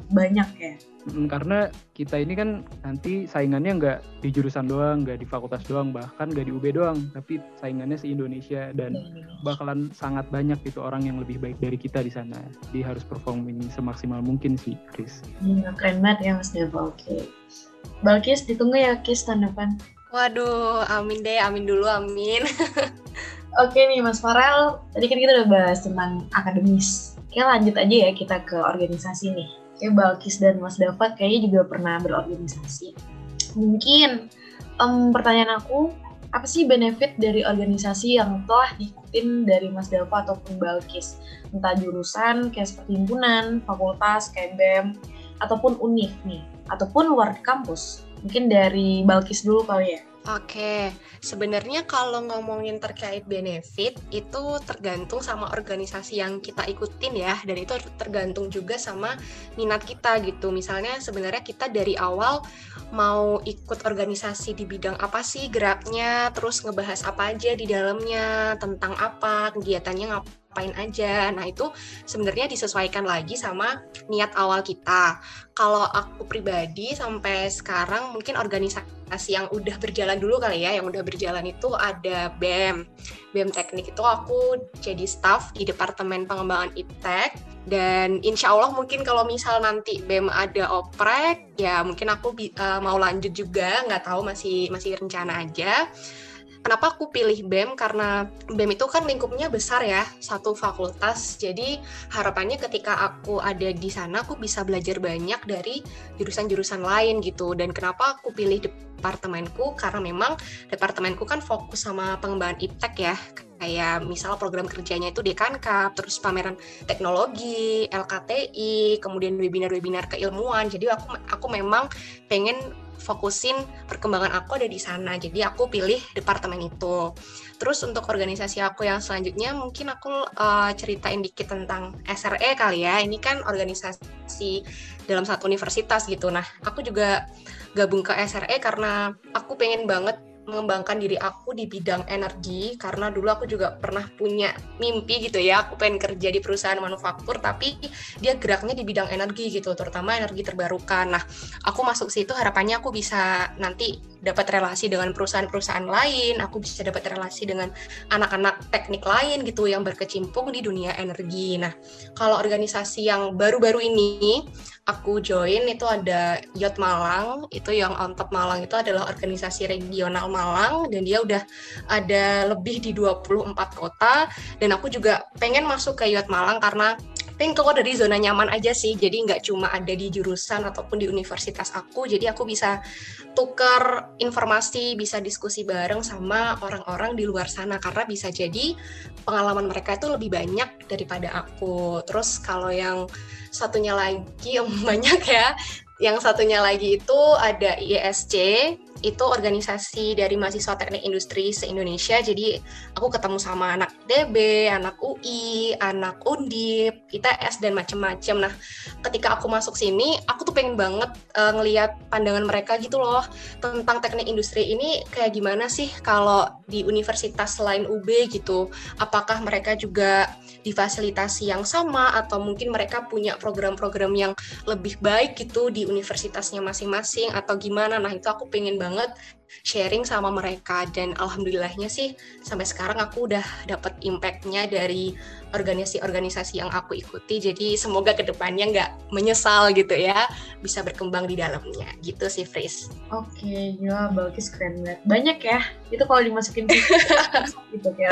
banyak ya. Mm, karena kita ini kan nanti saingannya nggak di jurusan doang, nggak di fakultas doang, bahkan nggak di U B doang, tapi saingannya se-Indonesia dan bakalan sangat banyak gitu orang yang lebih baik dari kita di sana. Jadi harus performing semaksimal mungkin sih, Chris. Hmm, keren banget ya Mas Dava. Oke. Balkis, ditunggu ya Kis tahun depan. Waduh, amin deh, amin dulu, amin. Oke nih Mas Farel, tadi kan kita udah bahas tentang akademis. Oke, lanjut aja ya kita ke organisasi nih. Oke, Balkis dan Mas Dava kayaknya juga pernah berorganisasi. Mungkin um, pertanyaan aku, apa sih benefit dari organisasi yang telah diikutin dari Mas Dava ataupun Balkis? Entah jurusan, kayak seperti himpunan, fakultas, kayak B E M, ataupun univ nih, ataupun luar kampus. Mungkin dari Balkis dulu kali ya. Oke, sebenarnya kalau ngomongin terkait benefit itu tergantung sama organisasi yang kita ikutin ya, dan itu tergantung juga sama minat kita gitu. Misalnya sebenarnya kita dari awal mau ikut organisasi di bidang apa sih geraknya, terus ngebahas apa aja di dalamnya, tentang apa, kegiatannya ngapain aja. Nah itu sebenarnya disesuaikan lagi sama niat awal kita. Kalau aku pribadi sampai sekarang mungkin organisasi yang udah berjalan dulu kali ya, yang udah berjalan itu ada B E M. B E M Teknik itu aku jadi staff di Departemen Pengembangan Iptek, dan insya Allah mungkin kalau misal nanti B E M ada oprek, ya mungkin aku uh, mau lanjut juga, nggak tahu, masih masih rencana aja. Kenapa aku pilih B E M? Karena B E M itu kan lingkupnya besar ya, satu fakultas. Jadi harapannya ketika aku ada di sana, aku bisa belajar banyak dari jurusan-jurusan lain gitu. Dan kenapa aku pilih departemenku? Karena memang departemenku kan fokus sama pengembangan iptek ya. Kayak misal program kerjanya itu Dekankap, terus pameran teknologi, L K T I, kemudian webinar-webinar keilmuan. Jadi aku aku memang pengen fokusin perkembangan aku ada di sana, jadi aku pilih departemen itu. Terus untuk organisasi aku yang selanjutnya mungkin aku uh, ceritain dikit tentang S R E kali ya. Ini kan organisasi dalam satu universitas gitu. Nah, aku juga gabung ke S R E karena aku pengen banget mengembangkan diri aku di bidang energi, karena dulu aku juga pernah punya mimpi gitu ya, aku pengen kerja di perusahaan manufaktur tapi dia geraknya di bidang energi gitu, terutama energi terbarukan. Nah, aku masuk situ harapannya aku bisa nanti dapat relasi dengan perusahaan-perusahaan lain, aku bisa dapat relasi dengan anak-anak teknik lain gitu yang berkecimpung di dunia energi. Nah, kalau organisasi yang baru-baru ini aku join itu ada Y O T Malang, itu yang on top Malang itu adalah organisasi regional Malang, dan dia udah ada lebih di dua puluh empat kota, dan aku juga pengen masuk ke Y O T Malang karena pengen keluar dari zona nyaman aja sih, jadi nggak cuma ada di jurusan ataupun di universitas aku, jadi aku bisa tukar informasi, bisa diskusi bareng sama orang-orang di luar sana, karena bisa jadi pengalaman mereka itu lebih banyak daripada aku. Terus kalau yang satunya lagi yang banyak ya, yang satunya lagi itu ada I E S C, itu organisasi dari mahasiswa teknik industri se-Indonesia. Jadi aku ketemu sama anak D B, anak U I, anak Undip, I T S, dan macam-macam. Nah, ketika aku masuk sini, aku tuh pengen banget uh, ngelihat pandangan mereka gitu loh tentang teknik industri ini kayak gimana sih kalau di universitas selain U B gitu. Apakah mereka juga difasilitasi yang sama atau mungkin mereka punya program-program yang lebih baik gitu di universitasnya masing-masing atau gimana. Nah, itu aku pengen banget banget sharing sama mereka, dan alhamdulillahnya sih sampai sekarang aku udah dapet impact-nya dari organisasi-organisasi yang aku ikuti, jadi semoga kedepannya nggak menyesal gitu ya, bisa berkembang di dalamnya gitu sih, Fris. Oke, gila, Balkis keren banget. Banyak ya, itu kalau dimasukin gitu ya.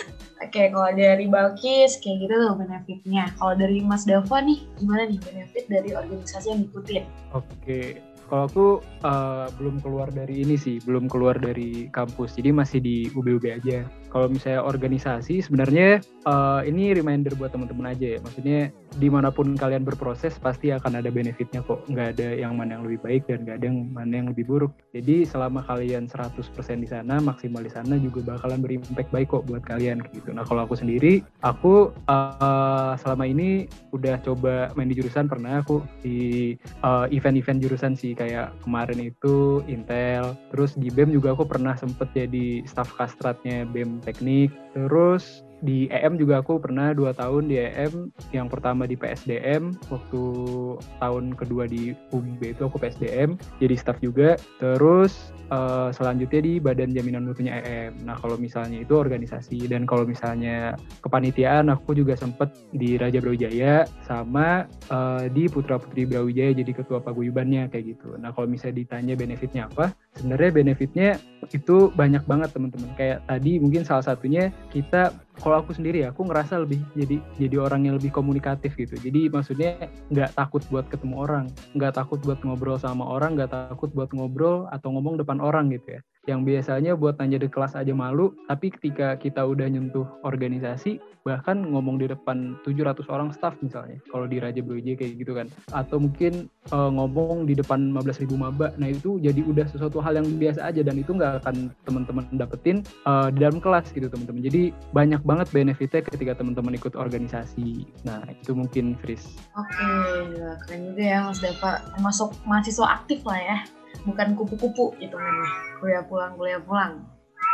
Oke, kalau dari Balkis kayak gitu tuh benefitnya. Kalau dari Mas Dava nih, gimana nih benefit dari organisasi yang diikutin? Oke. Kalau aku uh, belum keluar dari ini sih, belum keluar dari kampus, jadi masih di U B U B aja. Kalau misalnya organisasi, sebenarnya uh, ini reminder buat teman-teman aja ya. Maksudnya dimanapun kalian berproses pasti akan ada benefitnya kok. Nggak ada yang mana yang lebih baik dan nggak ada yang mana yang lebih buruk. Jadi selama kalian seratus persen di sana, maksimal di sana juga bakalan berimpact baik kok buat kalian gitu. Nah kalau aku sendiri, aku uh, selama ini udah coba main di jurusan, pernah aku di uh, event-event jurusan sih. Kayak kemarin itu Intel, terus di B E M juga aku pernah sempet jadi staff kastratnya B E M Teknik, terus di E M juga aku pernah dua tahun di E M. Yang pertama di P S D M, waktu tahun kedua di U B itu aku P S D M, jadi staff juga. Terus uh, selanjutnya di Badan Jaminan Mutunya E M. Nah kalau misalnya itu organisasi, dan kalau misalnya kepanitiaan aku juga sempet di Raja Brawijaya sama uh, di Putra Putri Brawijaya jadi ketua paguyubannya kayak gitu. Nah kalau misalnya ditanya benefitnya apa, sebenarnya benefitnya itu banyak banget teman-teman. Kayak tadi mungkin salah satunya kita, kalau aku sendiri ya, aku ngerasa lebih jadi jadi orang yang lebih komunikatif gitu. Jadi maksudnya nggak takut buat ketemu orang, nggak takut buat ngobrol sama orang, nggak takut buat ngobrol atau ngomong depan orang gitu ya. Yang biasanya buat nanya di kelas aja malu, tapi ketika kita udah nyentuh organisasi, bahkan ngomong di depan tujuh ratus orang staff misalnya, kalau di Raja Brawijaya kayak gitu kan. Atau mungkin uh, ngomong di depan lima belas ribu maba, nah itu jadi udah sesuatu hal yang biasa aja, dan itu nggak akan teman-teman dapetin uh, di dalam kelas gitu teman-teman. Jadi banyak banget benefitnya ketika teman-teman ikut organisasi. Nah itu mungkin Fris. Oke, keren juga ya Mas Dava, termasuk mahasiswa aktif lah ya, bukan kupu-kupu gitu kan, kuliah pulang kuliah pulang.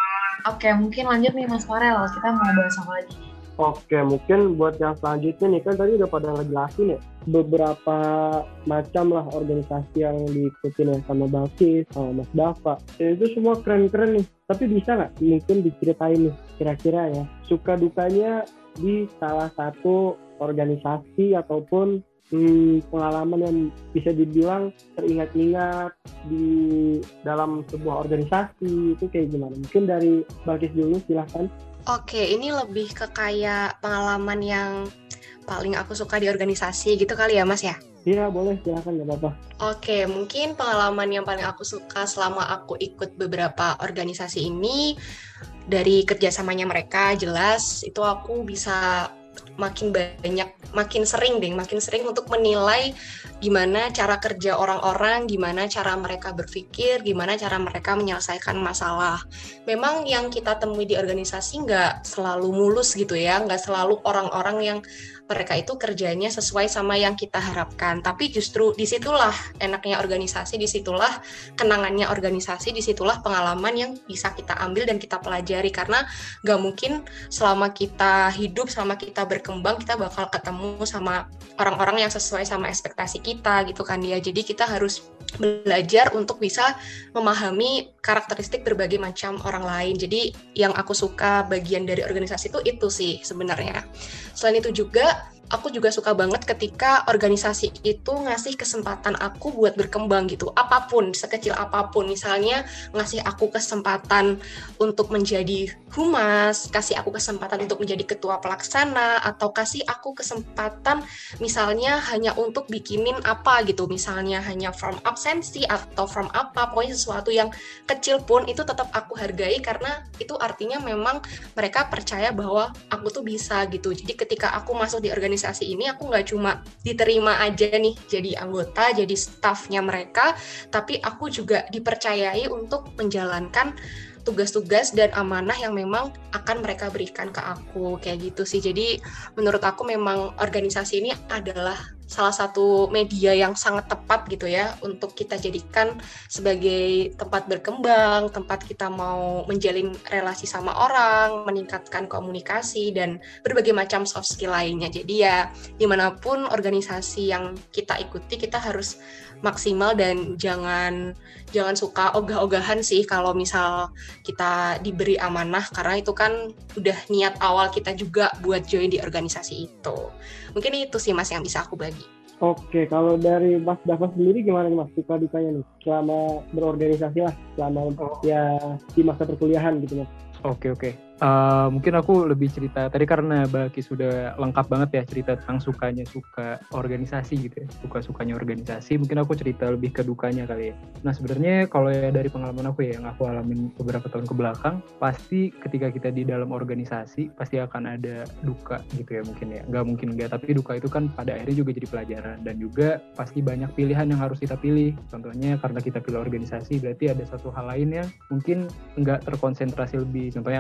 Oke, mungkin lanjut nih Mas Farel, kita mau bahas apa lagi? Oke, mungkin buat yang selanjutnya nih, kan tadi udah pada ngejelasin ya beberapa macam lah organisasi yang diikutin ya sama Balkis, sama Mas Dava. Ya, itu semua keren-keren nih. Tapi bisa nggak mungkin diceritain nih kira-kira ya suka dukanya di salah satu organisasi ataupun hmm, pengalaman yang bisa dibilang teringat-ingat di dalam sebuah organisasi itu kayak gimana? Mungkin dari Balkis dulu, silahkan. Oke, ini lebih ke kayak pengalaman yang paling aku suka di organisasi gitu kali ya Mas ya? Iya boleh, silakan, nggak apa-apa. Oke, mungkin pengalaman yang paling aku suka selama aku ikut beberapa organisasi ini, dari kerjasamanya mereka jelas itu aku bisa makin banyak, makin sering deh, makin sering untuk menilai gimana cara kerja orang-orang, gimana cara mereka berpikir, gimana cara mereka menyelesaikan masalah. Memang yang kita temui di organisasi nggak selalu mulus gitu ya, nggak selalu orang-orang yang mereka itu kerjanya sesuai sama yang kita harapkan. Tapi justru disitulah enaknya organisasi, disitulah kenangannya organisasi, disitulah pengalaman yang bisa kita ambil dan kita pelajari. Karena nggak mungkin selama kita hidup, selama kita berkembang, kita bakal ketemu sama orang-orang yang sesuai sama ekspektasi kita gitu kan ya. Jadi kita harus belajar untuk bisa memahami karakteristik berbagai macam orang lain. Jadi yang aku suka bagian dari organisasi itu itu sih sebenarnya. Selain itu juga aku juga suka banget ketika organisasi itu ngasih kesempatan aku buat berkembang gitu. Apapun, sekecil apapun. Misalnya ngasih aku kesempatan untuk menjadi humas, kasih aku kesempatan untuk menjadi ketua pelaksana, atau kasih aku kesempatan misalnya hanya untuk bikinin apa gitu. Misalnya hanya form absensi atau form apa. Pokoknya sesuatu yang kecil pun itu tetap aku hargai karena itu artinya memang mereka percaya bahwa aku tuh bisa gitu. Jadi ketika aku masuk di organisasi organisasi ini aku nggak cuma diterima aja nih jadi anggota, jadi staffnya mereka, tapi aku juga dipercayai untuk menjalankan tugas-tugas dan amanah yang memang akan mereka berikan ke aku, kayak gitu sih. Jadi menurut aku memang organisasi ini adalah salah satu media yang sangat tepat gitu ya untuk kita jadikan sebagai tempat berkembang, tempat kita mau menjalin relasi sama orang, meningkatkan komunikasi dan berbagai macam soft skill lainnya. Jadi ya dimanapun organisasi yang kita ikuti, kita harus maksimal dan jangan jangan suka ogah-ogahan sih kalau misal kita diberi amanah, karena itu kan udah niat awal kita juga buat join di organisasi itu. Mungkin itu sih Mas yang bisa aku bagi. Oke, kalau dari Mas Dava sendiri gimana nih Mas, suka dukanya nih selama berorganisasi lah, selama oh. ya di masa perkuliahan gitu Mas? Oke oke. Uh, mungkin aku lebih cerita tadi karena Baki sudah lengkap banget ya cerita tentang sukanya suka organisasi gitu ya, suka sukanya organisasi. Mungkin aku cerita lebih ke dukanya kali ya. Nah sebenarnya kalau ya dari pengalaman aku ya yang aku alamin beberapa tahun ke belakang, pasti ketika kita di dalam organisasi pasti akan ada duka gitu ya mungkin ya. Nggak mungkin nggak, tapi duka itu kan pada akhirnya juga jadi pelajaran dan juga pasti banyak pilihan yang harus kita pilih. Contohnya karena kita pilih organisasi berarti ada satu hal lain yang mungkin nggak terkonsentrasi lebih, contohnya akademik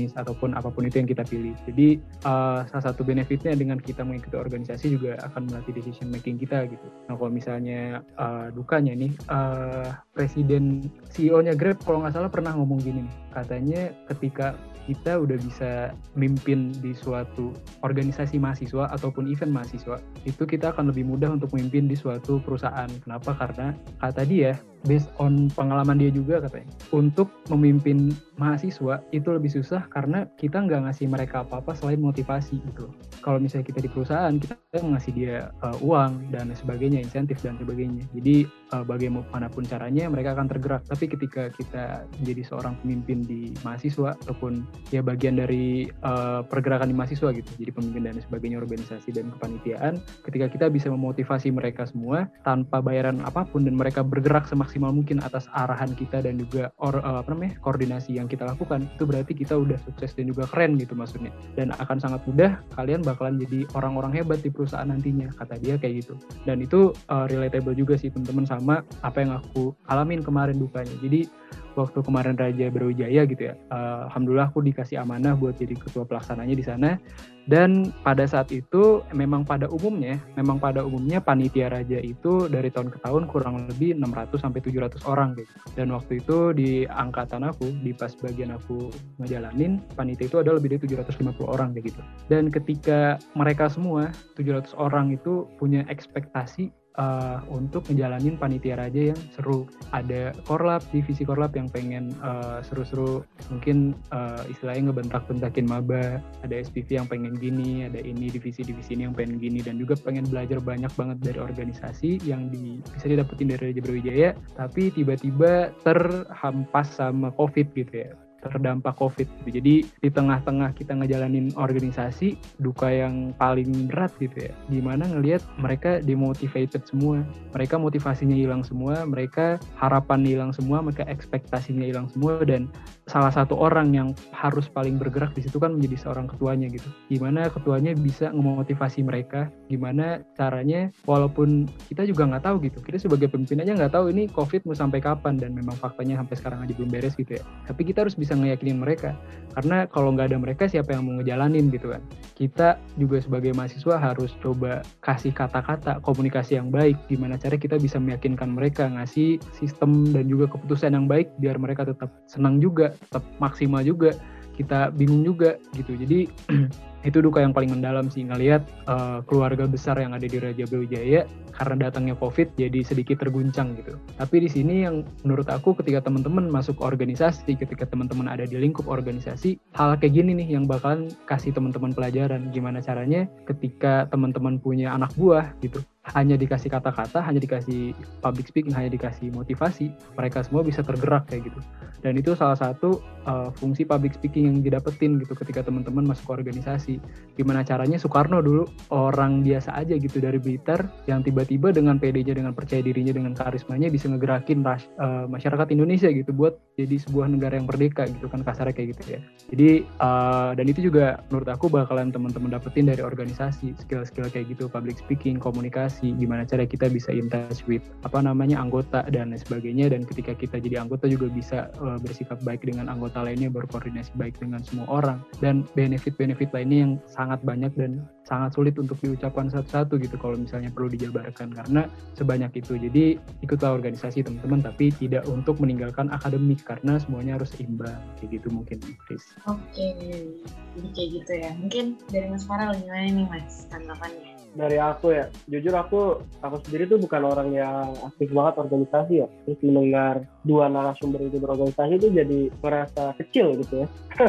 bisnis ataupun apapun itu yang kita pilih. Jadi uh, salah satu benefitnya dengan kita mengikuti organisasi juga akan melatih decision making kita gitu. Nah kalau misalnya uh, dukanya nih, uh, presiden C E O-nya Grab kalau nggak salah pernah ngomong gini nih, katanya ketika kita udah bisa mimpin di suatu organisasi mahasiswa ataupun event mahasiswa, itu kita akan lebih mudah untuk memimpin di suatu perusahaan. Kenapa? Karena kata dia, based on pengalaman dia juga katanya, untuk memimpin mahasiswa itu lebih susah karena kita nggak ngasih mereka apa-apa selain motivasi gitu. Kalau misalnya kita di perusahaan, kita ngasih dia uh, uang dan sebagainya, insentif dan sebagainya. Jadi uh, bagaimanapun caranya mereka akan tergerak. Tapi ketika kita menjadi seorang pemimpin di mahasiswa ataupun ya bagian dari uh, pergerakan di mahasiswa gitu, jadi pemimpin dan sebagainya, organisasi dan kepanitiaan, ketika kita bisa memotivasi mereka semua tanpa bayaran apapun dan mereka bergerak semaksimal mungkin atas arahan kita dan juga or, uh, apa namanya koordinasi yang kita lakukan, itu berarti kita udah sukses dan juga keren gitu maksudnya, dan akan sangat mudah kalian bakalan jadi orang-orang hebat di perusahaan nantinya, kata dia kayak gitu. Dan itu uh, relatable juga sih teman-teman sama apa yang aku alamin kemarin dukanya. Jadi waktu kemarin Raja Brawijaya gitu ya, uh, alhamdulillah aku dikasih amanah buat jadi ketua pelaksananya di sana. Dan pada saat itu memang pada umumnya, memang pada umumnya panitia Raja itu dari tahun ke tahun kurang lebih enam ratus sampai tujuh ratus orang gitu. Dan waktu itu di angkatan aku, di pas bagian aku ngejalanin, panitia itu ada lebih dari tujuh ratus lima puluh orang kayak gitu. Dan ketika mereka semua tujuh ratus orang itu punya ekspektasi Uh, untuk ngejalanin panitia Raja yang seru. Ada korlap, divisi korlap yang pengen uh, seru-seru, mungkin uh, istilahnya ngebentak-bentakin maba, ada S P V yang pengen gini, ada ini divisi-divisi ini yang pengen gini, dan juga pengen belajar banyak banget dari organisasi yang di, bisa didapetin dari Raja Brawijaya, tapi tiba-tiba terhampas sama COVID gitu ya, terdampak COVID gitu. Jadi di tengah-tengah kita ngejalanin organisasi, duka yang paling berat gitu ya, dimana ngelihat mereka demotivated semua, mereka motivasinya hilang semua, mereka harapan hilang semua, mereka ekspektasinya hilang semua, dan salah satu orang yang harus paling bergerak di situ kan menjadi seorang ketuanya gitu. Gimana ketuanya bisa ngemotivasi mereka, gimana caranya, walaupun kita juga nggak tahu gitu, kita sebagai pemimpin aja nggak tahu ini COVID mau sampai kapan, dan memang faktanya sampai sekarang aja belum beres gitu ya. Tapi kita harus bisa ngeyakinin mereka, karena kalau nggak ada mereka siapa yang mau ngejalanin gitu kan. Kita juga sebagai mahasiswa harus coba kasih kata-kata komunikasi yang baik, gimana cara kita bisa meyakinkan mereka, ngasih sistem dan juga keputusan yang baik biar mereka tetap senang juga, tetap maksimal juga, kita bingung juga gitu. Jadi itu duka yang paling mendalam sih, ngelihat uh, keluarga besar yang ada di Raja Brawijaya karena datangnya COVID jadi sedikit terguncang gitu. Tapi di sini yang menurut aku, ketika teman-teman masuk organisasi, ketika teman-teman ada di lingkup organisasi, hal kayak gini nih yang bakalan kasih teman-teman pelajaran gimana caranya ketika teman-teman punya anak buah gitu, hanya dikasih kata-kata, hanya dikasih public speaking, hanya dikasih motivasi, mereka semua bisa tergerak kayak gitu. Dan itu salah satu uh, fungsi public speaking yang didapetin gitu ketika teman-teman masuk organisasi. Gimana caranya Soekarno dulu, orang biasa aja gitu dari Blitar, yang tiba-tiba dengan P D-nya, dengan percaya dirinya, dengan karismanya bisa ngegerakin ras, uh, masyarakat Indonesia gitu buat jadi sebuah negara yang merdeka gitu kan, kasarnya kayak gitu ya. Jadi uh, dan itu juga menurut aku bakalan teman-teman dapetin dari organisasi, skill-skill kayak gitu, public speaking, komunikasi, gimana cara kita bisa in touch with apa namanya anggota dan lain sebagainya. Dan ketika kita jadi anggota juga bisa uh, bersikap baik dengan anggota lainnya, berkoordinasi baik dengan semua orang, dan benefit-benefit lainnya yang sangat banyak dan sangat sulit untuk diucapkan satu-satu gitu kalau misalnya perlu dijabarkan, karena sebanyak itu. Jadi ikutlah organisasi teman-teman, tapi tidak untuk meninggalkan akademik, karena semuanya harus seimbang kayak gitu mungkin, Chris. Oke, jadi kayak gitu ya. Mungkin dari Mas Farel gimana nih Mas tanggapannya? Dari aku ya, jujur aku aku sendiri tuh bukan orang yang aktif banget organisasi ya. Terus mendengar dua narasumber itu berorganisasi itu jadi merasa kecil gitu ya.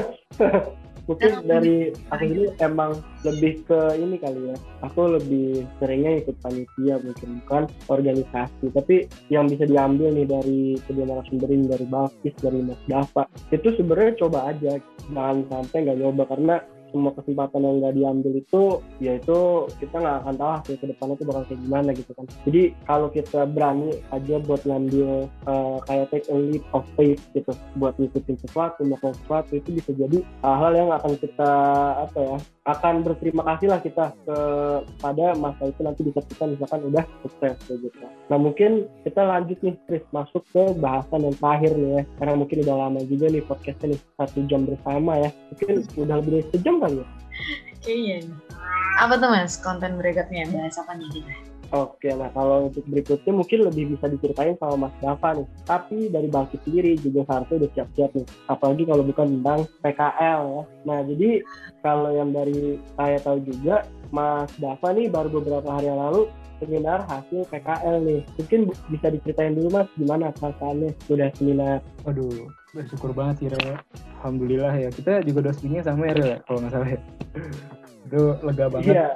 Mungkin dari aku sendiri emang lebih ke ini kali ya. Aku lebih seringnya ikut panitia mungkin, bukan organisasi. Tapi yang bisa diambil nih dari kedua narasumber ini, dari Balkis, dari Mas Dava, itu sebenarnya coba aja. Jangan sampai nggak nyoba, karena semua kesempatan yang nggak diambil itu, ya itu kita nggak akan tahu hasil ke depannya itu bakal kayak gimana gitu kan. Jadi kalau kita berani aja buat ngambil uh, kayak take a leap of faith gitu, buat ngikutin sesuatu, melakukan sesuatu, itu bisa jadi hal-hal yang akan kita apa ya, akan berterima kasih lah kita kepada masa itu nanti bisa kita misalkan udah sukses kayak gitu. Nah mungkin kita lanjut nih Chris, masuk ke bahasan yang terakhir nih ya, karena mungkin udah lama juga nih podcastnya nih, satu jam bersama ya, mungkin udah lebih dari sejam kali ya. Kayaknya. Apa tuh Mas konten berikutnya, bahas apa nih kita? Oke, nah kalau untuk berikutnya mungkin lebih bisa diceritain sama Mas Dava nih. Tapi dari Balkis sendiri juga seharusnya udah siap-siap nih. Apalagi kalau bukan tentang P K L ya. Nah jadi kalau yang dari saya tahu juga, Mas Dava nih baru beberapa hari yang lalu seminar hasil P K L nih. Mungkin bisa diceritain dulu Mas, gimana perasaannya udah seminar? Waduh, bersyukur banget sih Rel. Alhamdulillah ya, kita juga dosingnya sama ya Rel ya, kalau nggak salah ya. Itu lega banget. Iya.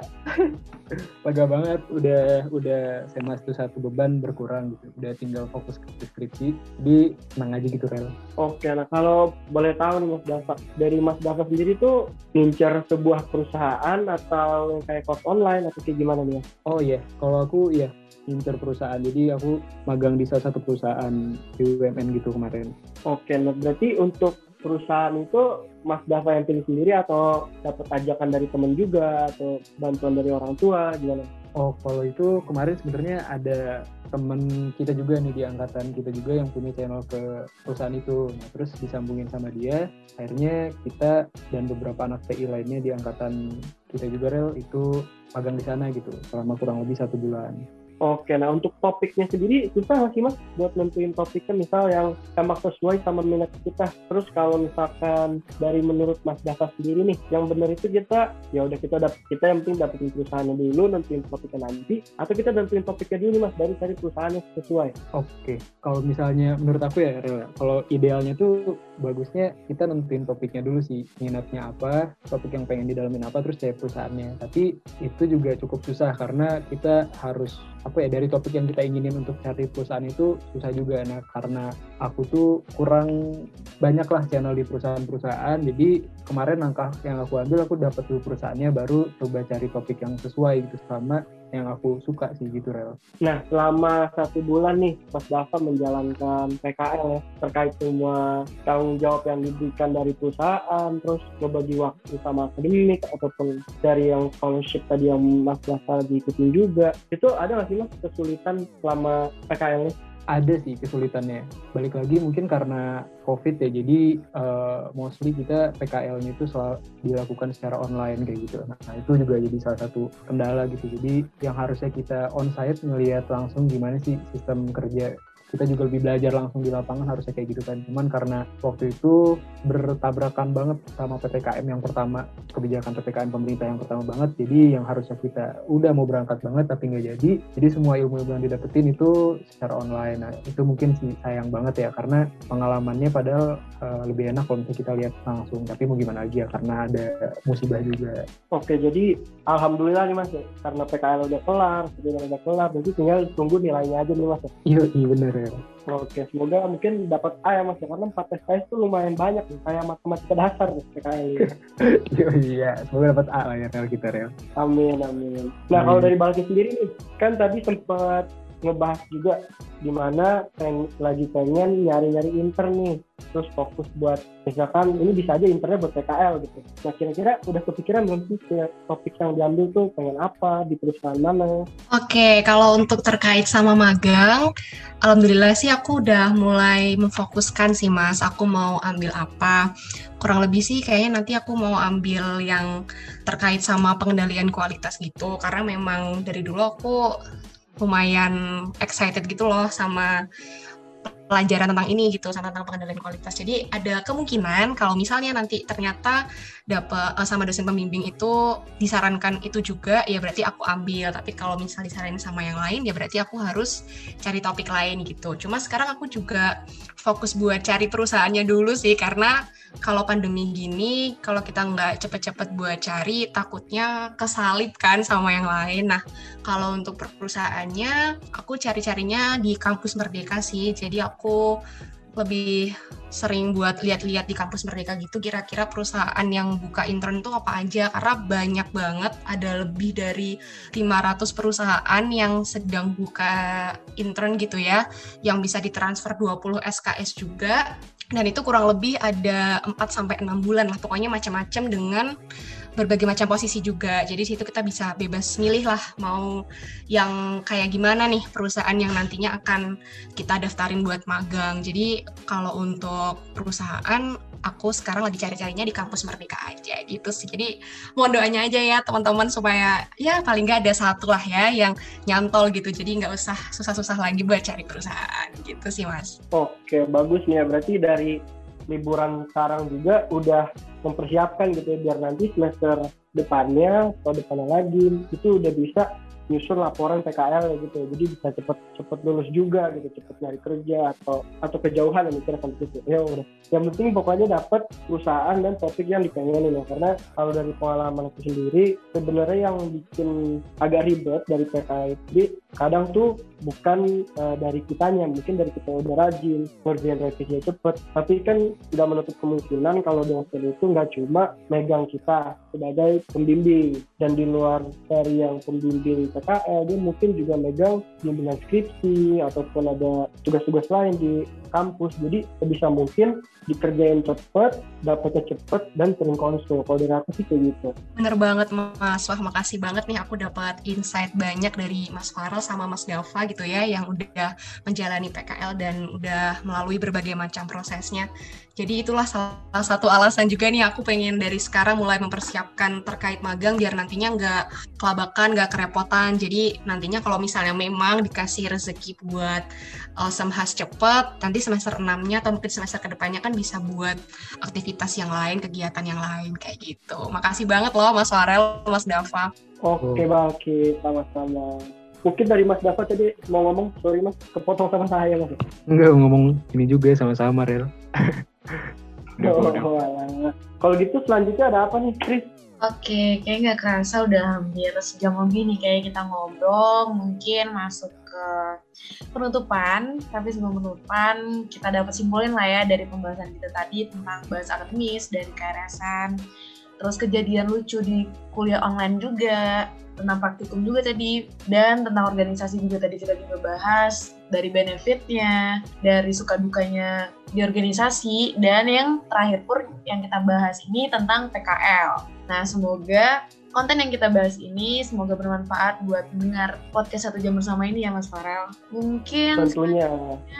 Lega banget, udah udah semester satu beban berkurang gitu. Udah tinggal fokus ke skripsi. Jadi senang aja gitu Rel. Oke, nah kalau boleh tahu nih Mas Dava, dari Mas Dava sendiri tuh ngincar sebuah perusahaan atau kayak course online atau kayak gimana nih? Oh iya, kalau aku ya ngincar perusahaan. Jadi aku magang di salah satu perusahaan B U M N gitu kemarin. Oke, nah berarti untuk perusahaan itu Mas Dava yang pilih sendiri atau dapat ajakan dari teman juga atau bantuan dari orang tua gimana? Oh, kalau itu kemarin sebenarnya ada teman kita juga nih di angkatan kita juga yang punya channel ke perusahaan itu. Nah, terus disambungin sama dia, akhirnya kita dan beberapa anak T I lainnya di angkatan kita juga Rel itu magang di sana gitu selama kurang lebih satu bulan. Oke, nah untuk topiknya sendiri susah nggak sih Mas buat nentuin topiknya misal yang emang sesuai sama minat kita? Terus kalau misalkan dari menurut Mas Dava sendiri nih, yang benar itu kita ya udah kita dap- kita yang penting dapetin perusahaannya dulu, nentuin topiknya nanti, atau kita nentuin topiknya dulu nih Mas dari cari perusahaan yang sesuai? Oke, kalau misalnya menurut aku ya Rel, kalau idealnya tuh bagusnya kita nentuin topiknya dulu sih, minatnya apa, topik yang pengen didalamin apa, terus cari perusahaannya. Tapi itu juga cukup susah karena kita harus apa ya, dari topik yang kita inginin untuk cari perusahaan itu susah juga. Nah karena aku tuh kurang banyak lah channel di perusahaan-perusahaan, jadi kemarin langkah yang aku ambil, aku dapat dulu perusahaannya baru coba cari topik yang sesuai gitu sama yang aku suka sih gitu Rel. Nah selama satu bulan nih Mas Dava menjalankan P K L ya, terkait semua tanggung jawab yang diberikan dari perusahaan, terus ngebagi waktu sama akademik ataupun dari yang scholarship tadi yang Mas Dava diikutin juga, itu ada nggak sih Mas kesulitan selama P K L ini? Ada sih kesulitannya. Balik lagi mungkin karena COVID ya, jadi uh, mostly kita P K L-nya itu selalu dilakukan secara online kayak gitu. Nah itu juga jadi salah satu kendala gitu. Jadi yang harusnya kita on-site ngelihat langsung gimana sih sistem kerja, kita juga lebih belajar langsung di lapangan, harusnya kayak gitu kan. Cuman karena waktu itu bertabrakan banget sama P P K M yang pertama, kebijakan P P K M pemerintah yang pertama banget, jadi yang harusnya kita udah mau berangkat banget tapi nggak jadi, jadi semua ilmu-ilmu yang didapetin itu secara online. Nah itu mungkin sih sayang banget ya, karena pengalamannya padahal uh, lebih enak kalau misalnya kita lihat langsung, tapi mau gimana lagi ya, karena ada musibah juga. Oke, jadi alhamdulillah nih Mas ya, karena P K L udah kelar, sebenarnya udah kelar, jadi tinggal tunggu nilainya aja nih Mas ya. Iya, iya bener ya. Oke, semoga mungkin dapat A ya Mas ya, karena empat S K S itu lumayan banyak nih, kayak matematika dasar nih P K L ini. Iya, semoga dapat A lah ya Rel kita Rel. Amin, amin. Nah, kalau dari Balkis sendiri nih, kan tadi sempat ngebahas juga gimana peng, lagi pengen nyari-nyari intern nih, terus fokus buat misalkan ini bisa aja internnya buat P K L gitu. Nah kira-kira udah kepikiran belum sih topik yang diambil tuh pengen apa, di perusahaan mana? Oke, kalau untuk terkait sama magang, alhamdulillah sih aku udah mulai memfokuskan sih Mas, aku mau ambil apa. Kurang lebih sih kayaknya nanti aku mau ambil yang terkait sama pengendalian kualitas gitu, karena memang dari dulu aku lumayan excited gitu loh sama pelajaran tentang ini gitu, tentang pengendalian kualitas. Jadi ada kemungkinan kalau misalnya nanti ternyata dapat uh, sama dosen pembimbing itu disarankan itu juga, ya berarti aku ambil. Tapi kalau misalnya disaranin sama yang lain, ya berarti aku harus cari topik lain gitu. Cuma sekarang aku juga fokus buat cari perusahaannya dulu sih, karena kalau pandemi gini, kalau kita nggak cepet-cepet buat cari, takutnya kesalip kan sama yang lain. Nah, kalau untuk perusahaannya, aku cari-carinya di kampus Merdeka sih. Jadi aku lebih sering buat lihat-lihat di kampus Merdeka gitu, kira-kira perusahaan yang buka intern tuh apa aja, karena banyak banget, ada lebih dari lima ratus perusahaan yang sedang buka intern gitu ya, yang bisa ditransfer dua puluh S K S juga, dan itu kurang lebih ada empat sampai enam bulan lah, pokoknya macam-macam dengan berbagai macam posisi juga. Jadi situ kita bisa bebas milih lah mau yang kayak gimana nih perusahaan yang nantinya akan kita daftarin buat magang. Jadi kalau untuk perusahaan aku sekarang lagi cari-carinya di kampus Merdeka aja gitu sih. Jadi mohon doanya aja ya teman-teman supaya ya paling nggak ada satu lah ya yang nyantol gitu. Jadi nggak usah susah-susah lagi buat cari perusahaan gitu sih Mas. Oke, bagus nih ya. Berarti dari liburan sekarang juga udah mempersiapkan gitu ya, biar nanti semester depannya atau depannya lagi itu udah bisa nyusun laporan P K L gitu, jadi bisa cepet-cepet lulus juga gitu, cepet nyari kerja atau atau kejauhan yang mikir sampai situ. Ya udah, yang penting pokoknya dapat perusahaan dan topik yang dipengenin ya, karena kalau dari pengalaman aku sendiri sebenarnya yang bikin agak ribet dari P K L itu kadang tuh bukan uh, dari kitanya, mungkin dari kita udah rajin, ngerjain revisinya cepet, tapi kan tidak menutup kemungkinan kalau dosen itu nggak cuma megang kita sebagai pembimbing, dan di luar dari yang pembimbing P K L, dia mungkin juga megang bimbingan skripsi ataupun ada tugas-tugas lain di kampus. Jadi sebisa mungkin dikerjain cepet, dapetnya cepet, dan sering konsul. Kalau dari aku sih kayak gitu. Bener banget Mas, wah makasih banget nih aku dapat insight banyak dari Mas Farel sama Mas Dava gitu ya, yang udah menjalani P K L dan udah melalui berbagai macam prosesnya. Jadi itulah salah satu alasan juga nih aku pengen dari sekarang mulai mempersiapkan terkait magang biar nantinya nggak kelabakan, nggak kerepotan. Jadi nantinya kalau misalnya memang dikasih rezeki buat uh, semhas cepet, nanti semester enamnya atau mungkin semester kedepannya kan bisa buat aktivitas yang lain, kegiatan yang lain kayak gitu. Makasih banget loh Mas Farel, Mas Dava. Oke, oh. Oke, sama-sama. Mungkin dari Mas Dava tadi mau ngomong, sorry Mas, kepotong sama saya Mas. Enggak, ngomong ini juga sama-sama, Rel. Oh, oh, kalau gitu selanjutnya ada apa nih, Chris? Oke, kayak nggak kerasa udah hampir sejam lebih nih kayak kita ngobrol, mungkin masuk ke penutupan. Tapi sebelum penutupan, kita dapat simpulin lah ya dari pembahasan kita tadi tentang bahasa akademis dan K R S-an, terus kejadian lucu di kuliah online juga, tentang praktikum juga tadi, dan tentang organisasi juga tadi kita juga bahas, dari benefitnya, dari suka dukanya di organisasi, dan yang terakhir pun yang kita bahas ini tentang P K L. Nah, semoga konten yang kita bahas ini semoga bermanfaat buat mendengar podcast Satu Jam Bersama ini ya Mas Farel. Mungkin tentunya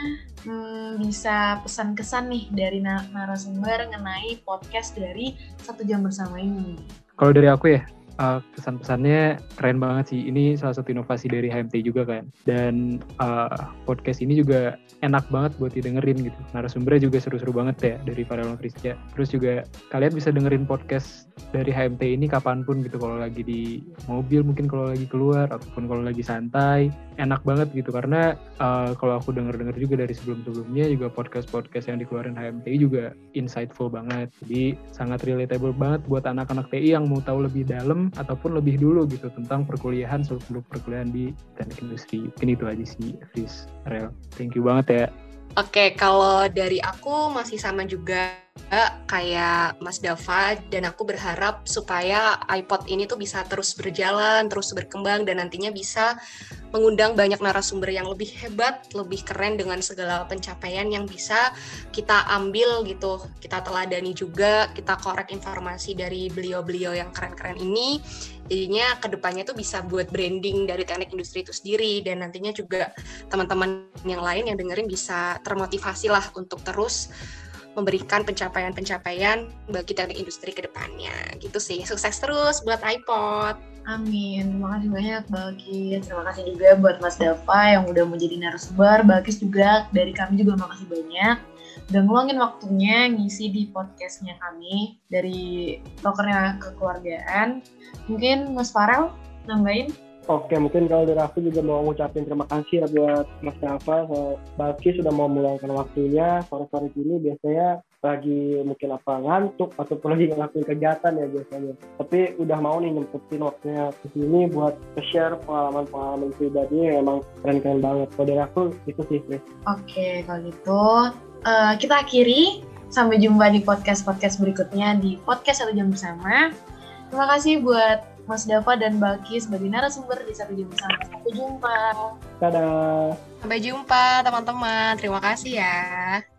hmm, bisa pesan kesan nih dari narasumber mengenai podcast dari Satu Jam Bersama ini. Kalau dari aku ya, Uh, pesan-pesannya keren banget sih. Ini salah satu inovasi dari H M T juga kan. Dan uh, podcast ini juga enak banget buat didengerin gitu. Narasumbernya juga seru-seru banget ya dari Farel Kristia. Terus juga kalian bisa dengerin podcast dari H M T ini kapanpun gitu. Kalau lagi di mobil, mungkin kalau lagi keluar, ataupun kalau lagi santai. Enak banget gitu. Karena uh, kalau aku denger-denger juga dari sebelum-sebelumnya juga podcast-podcast yang dikeluarin H M T I juga insightful banget. Jadi sangat relatable banget buat anak-anak T I yang mau tahu lebih dalam ataupun lebih dulu gitu tentang perkuliahan, seluk-beluk perkuliahan di teknik industri. Mungkin itu aja sih, Fris, Rel. Thank you banget ya. Oke, kalau dari aku masih sama juga kayak Mas Dava, dan aku berharap supaya iPod ini tuh bisa terus berjalan, terus berkembang, dan nantinya bisa mengundang banyak narasumber yang lebih hebat, lebih keren dengan segala pencapaian yang bisa kita ambil gitu, kita teladani juga, kita korek informasi dari beliau-beliau yang keren-keren ini. Jadinya kedepannya tuh bisa buat branding dari teknik industri itu sendiri, dan nantinya juga teman-teman yang lain yang dengerin bisa termotivasi lah untuk terus memberikan pencapaian-pencapaian bagi teknik industri ke depannya. Gitu sih. Sukses terus buat iPod. Amin. Terima kasih banyak bagi. Terima kasih juga buat Mas Dava yang udah menjadi narasumber. Bagis juga dari kami juga makasih banyak. Udah ngeluangin waktunya ngisi di podcastnya kami dari Tokernya Kekeluargaan. Mungkin Mas Farel nambahin? Oke, mungkin kalau dari aku juga mau ngucapin terima kasih ya buat Mas Dava, so, Balki sudah mau meluangkan waktunya sore-sore gini. Biasanya lagi mungkin apa ngantuk ataupun lagi ngelakuin kegiatan ya biasanya. Tapi udah mau nih nyempetin waktunya ke sini buat share pengalaman-pengalaman pribadi yang emang keren-keren banget. Kalau dari aku itu sih, Chris. Oke, kalau gitu uh, kita akhiri. Sampai jumpa di podcast-podcast berikutnya di podcast Satu Jam Bersama. Terima kasih buat Mas Dava dan Balki sebagai narasumber di Satu Jam Bersama. Sampai jumpa. Dadah. Sampai jumpa teman-teman. Terima kasih ya.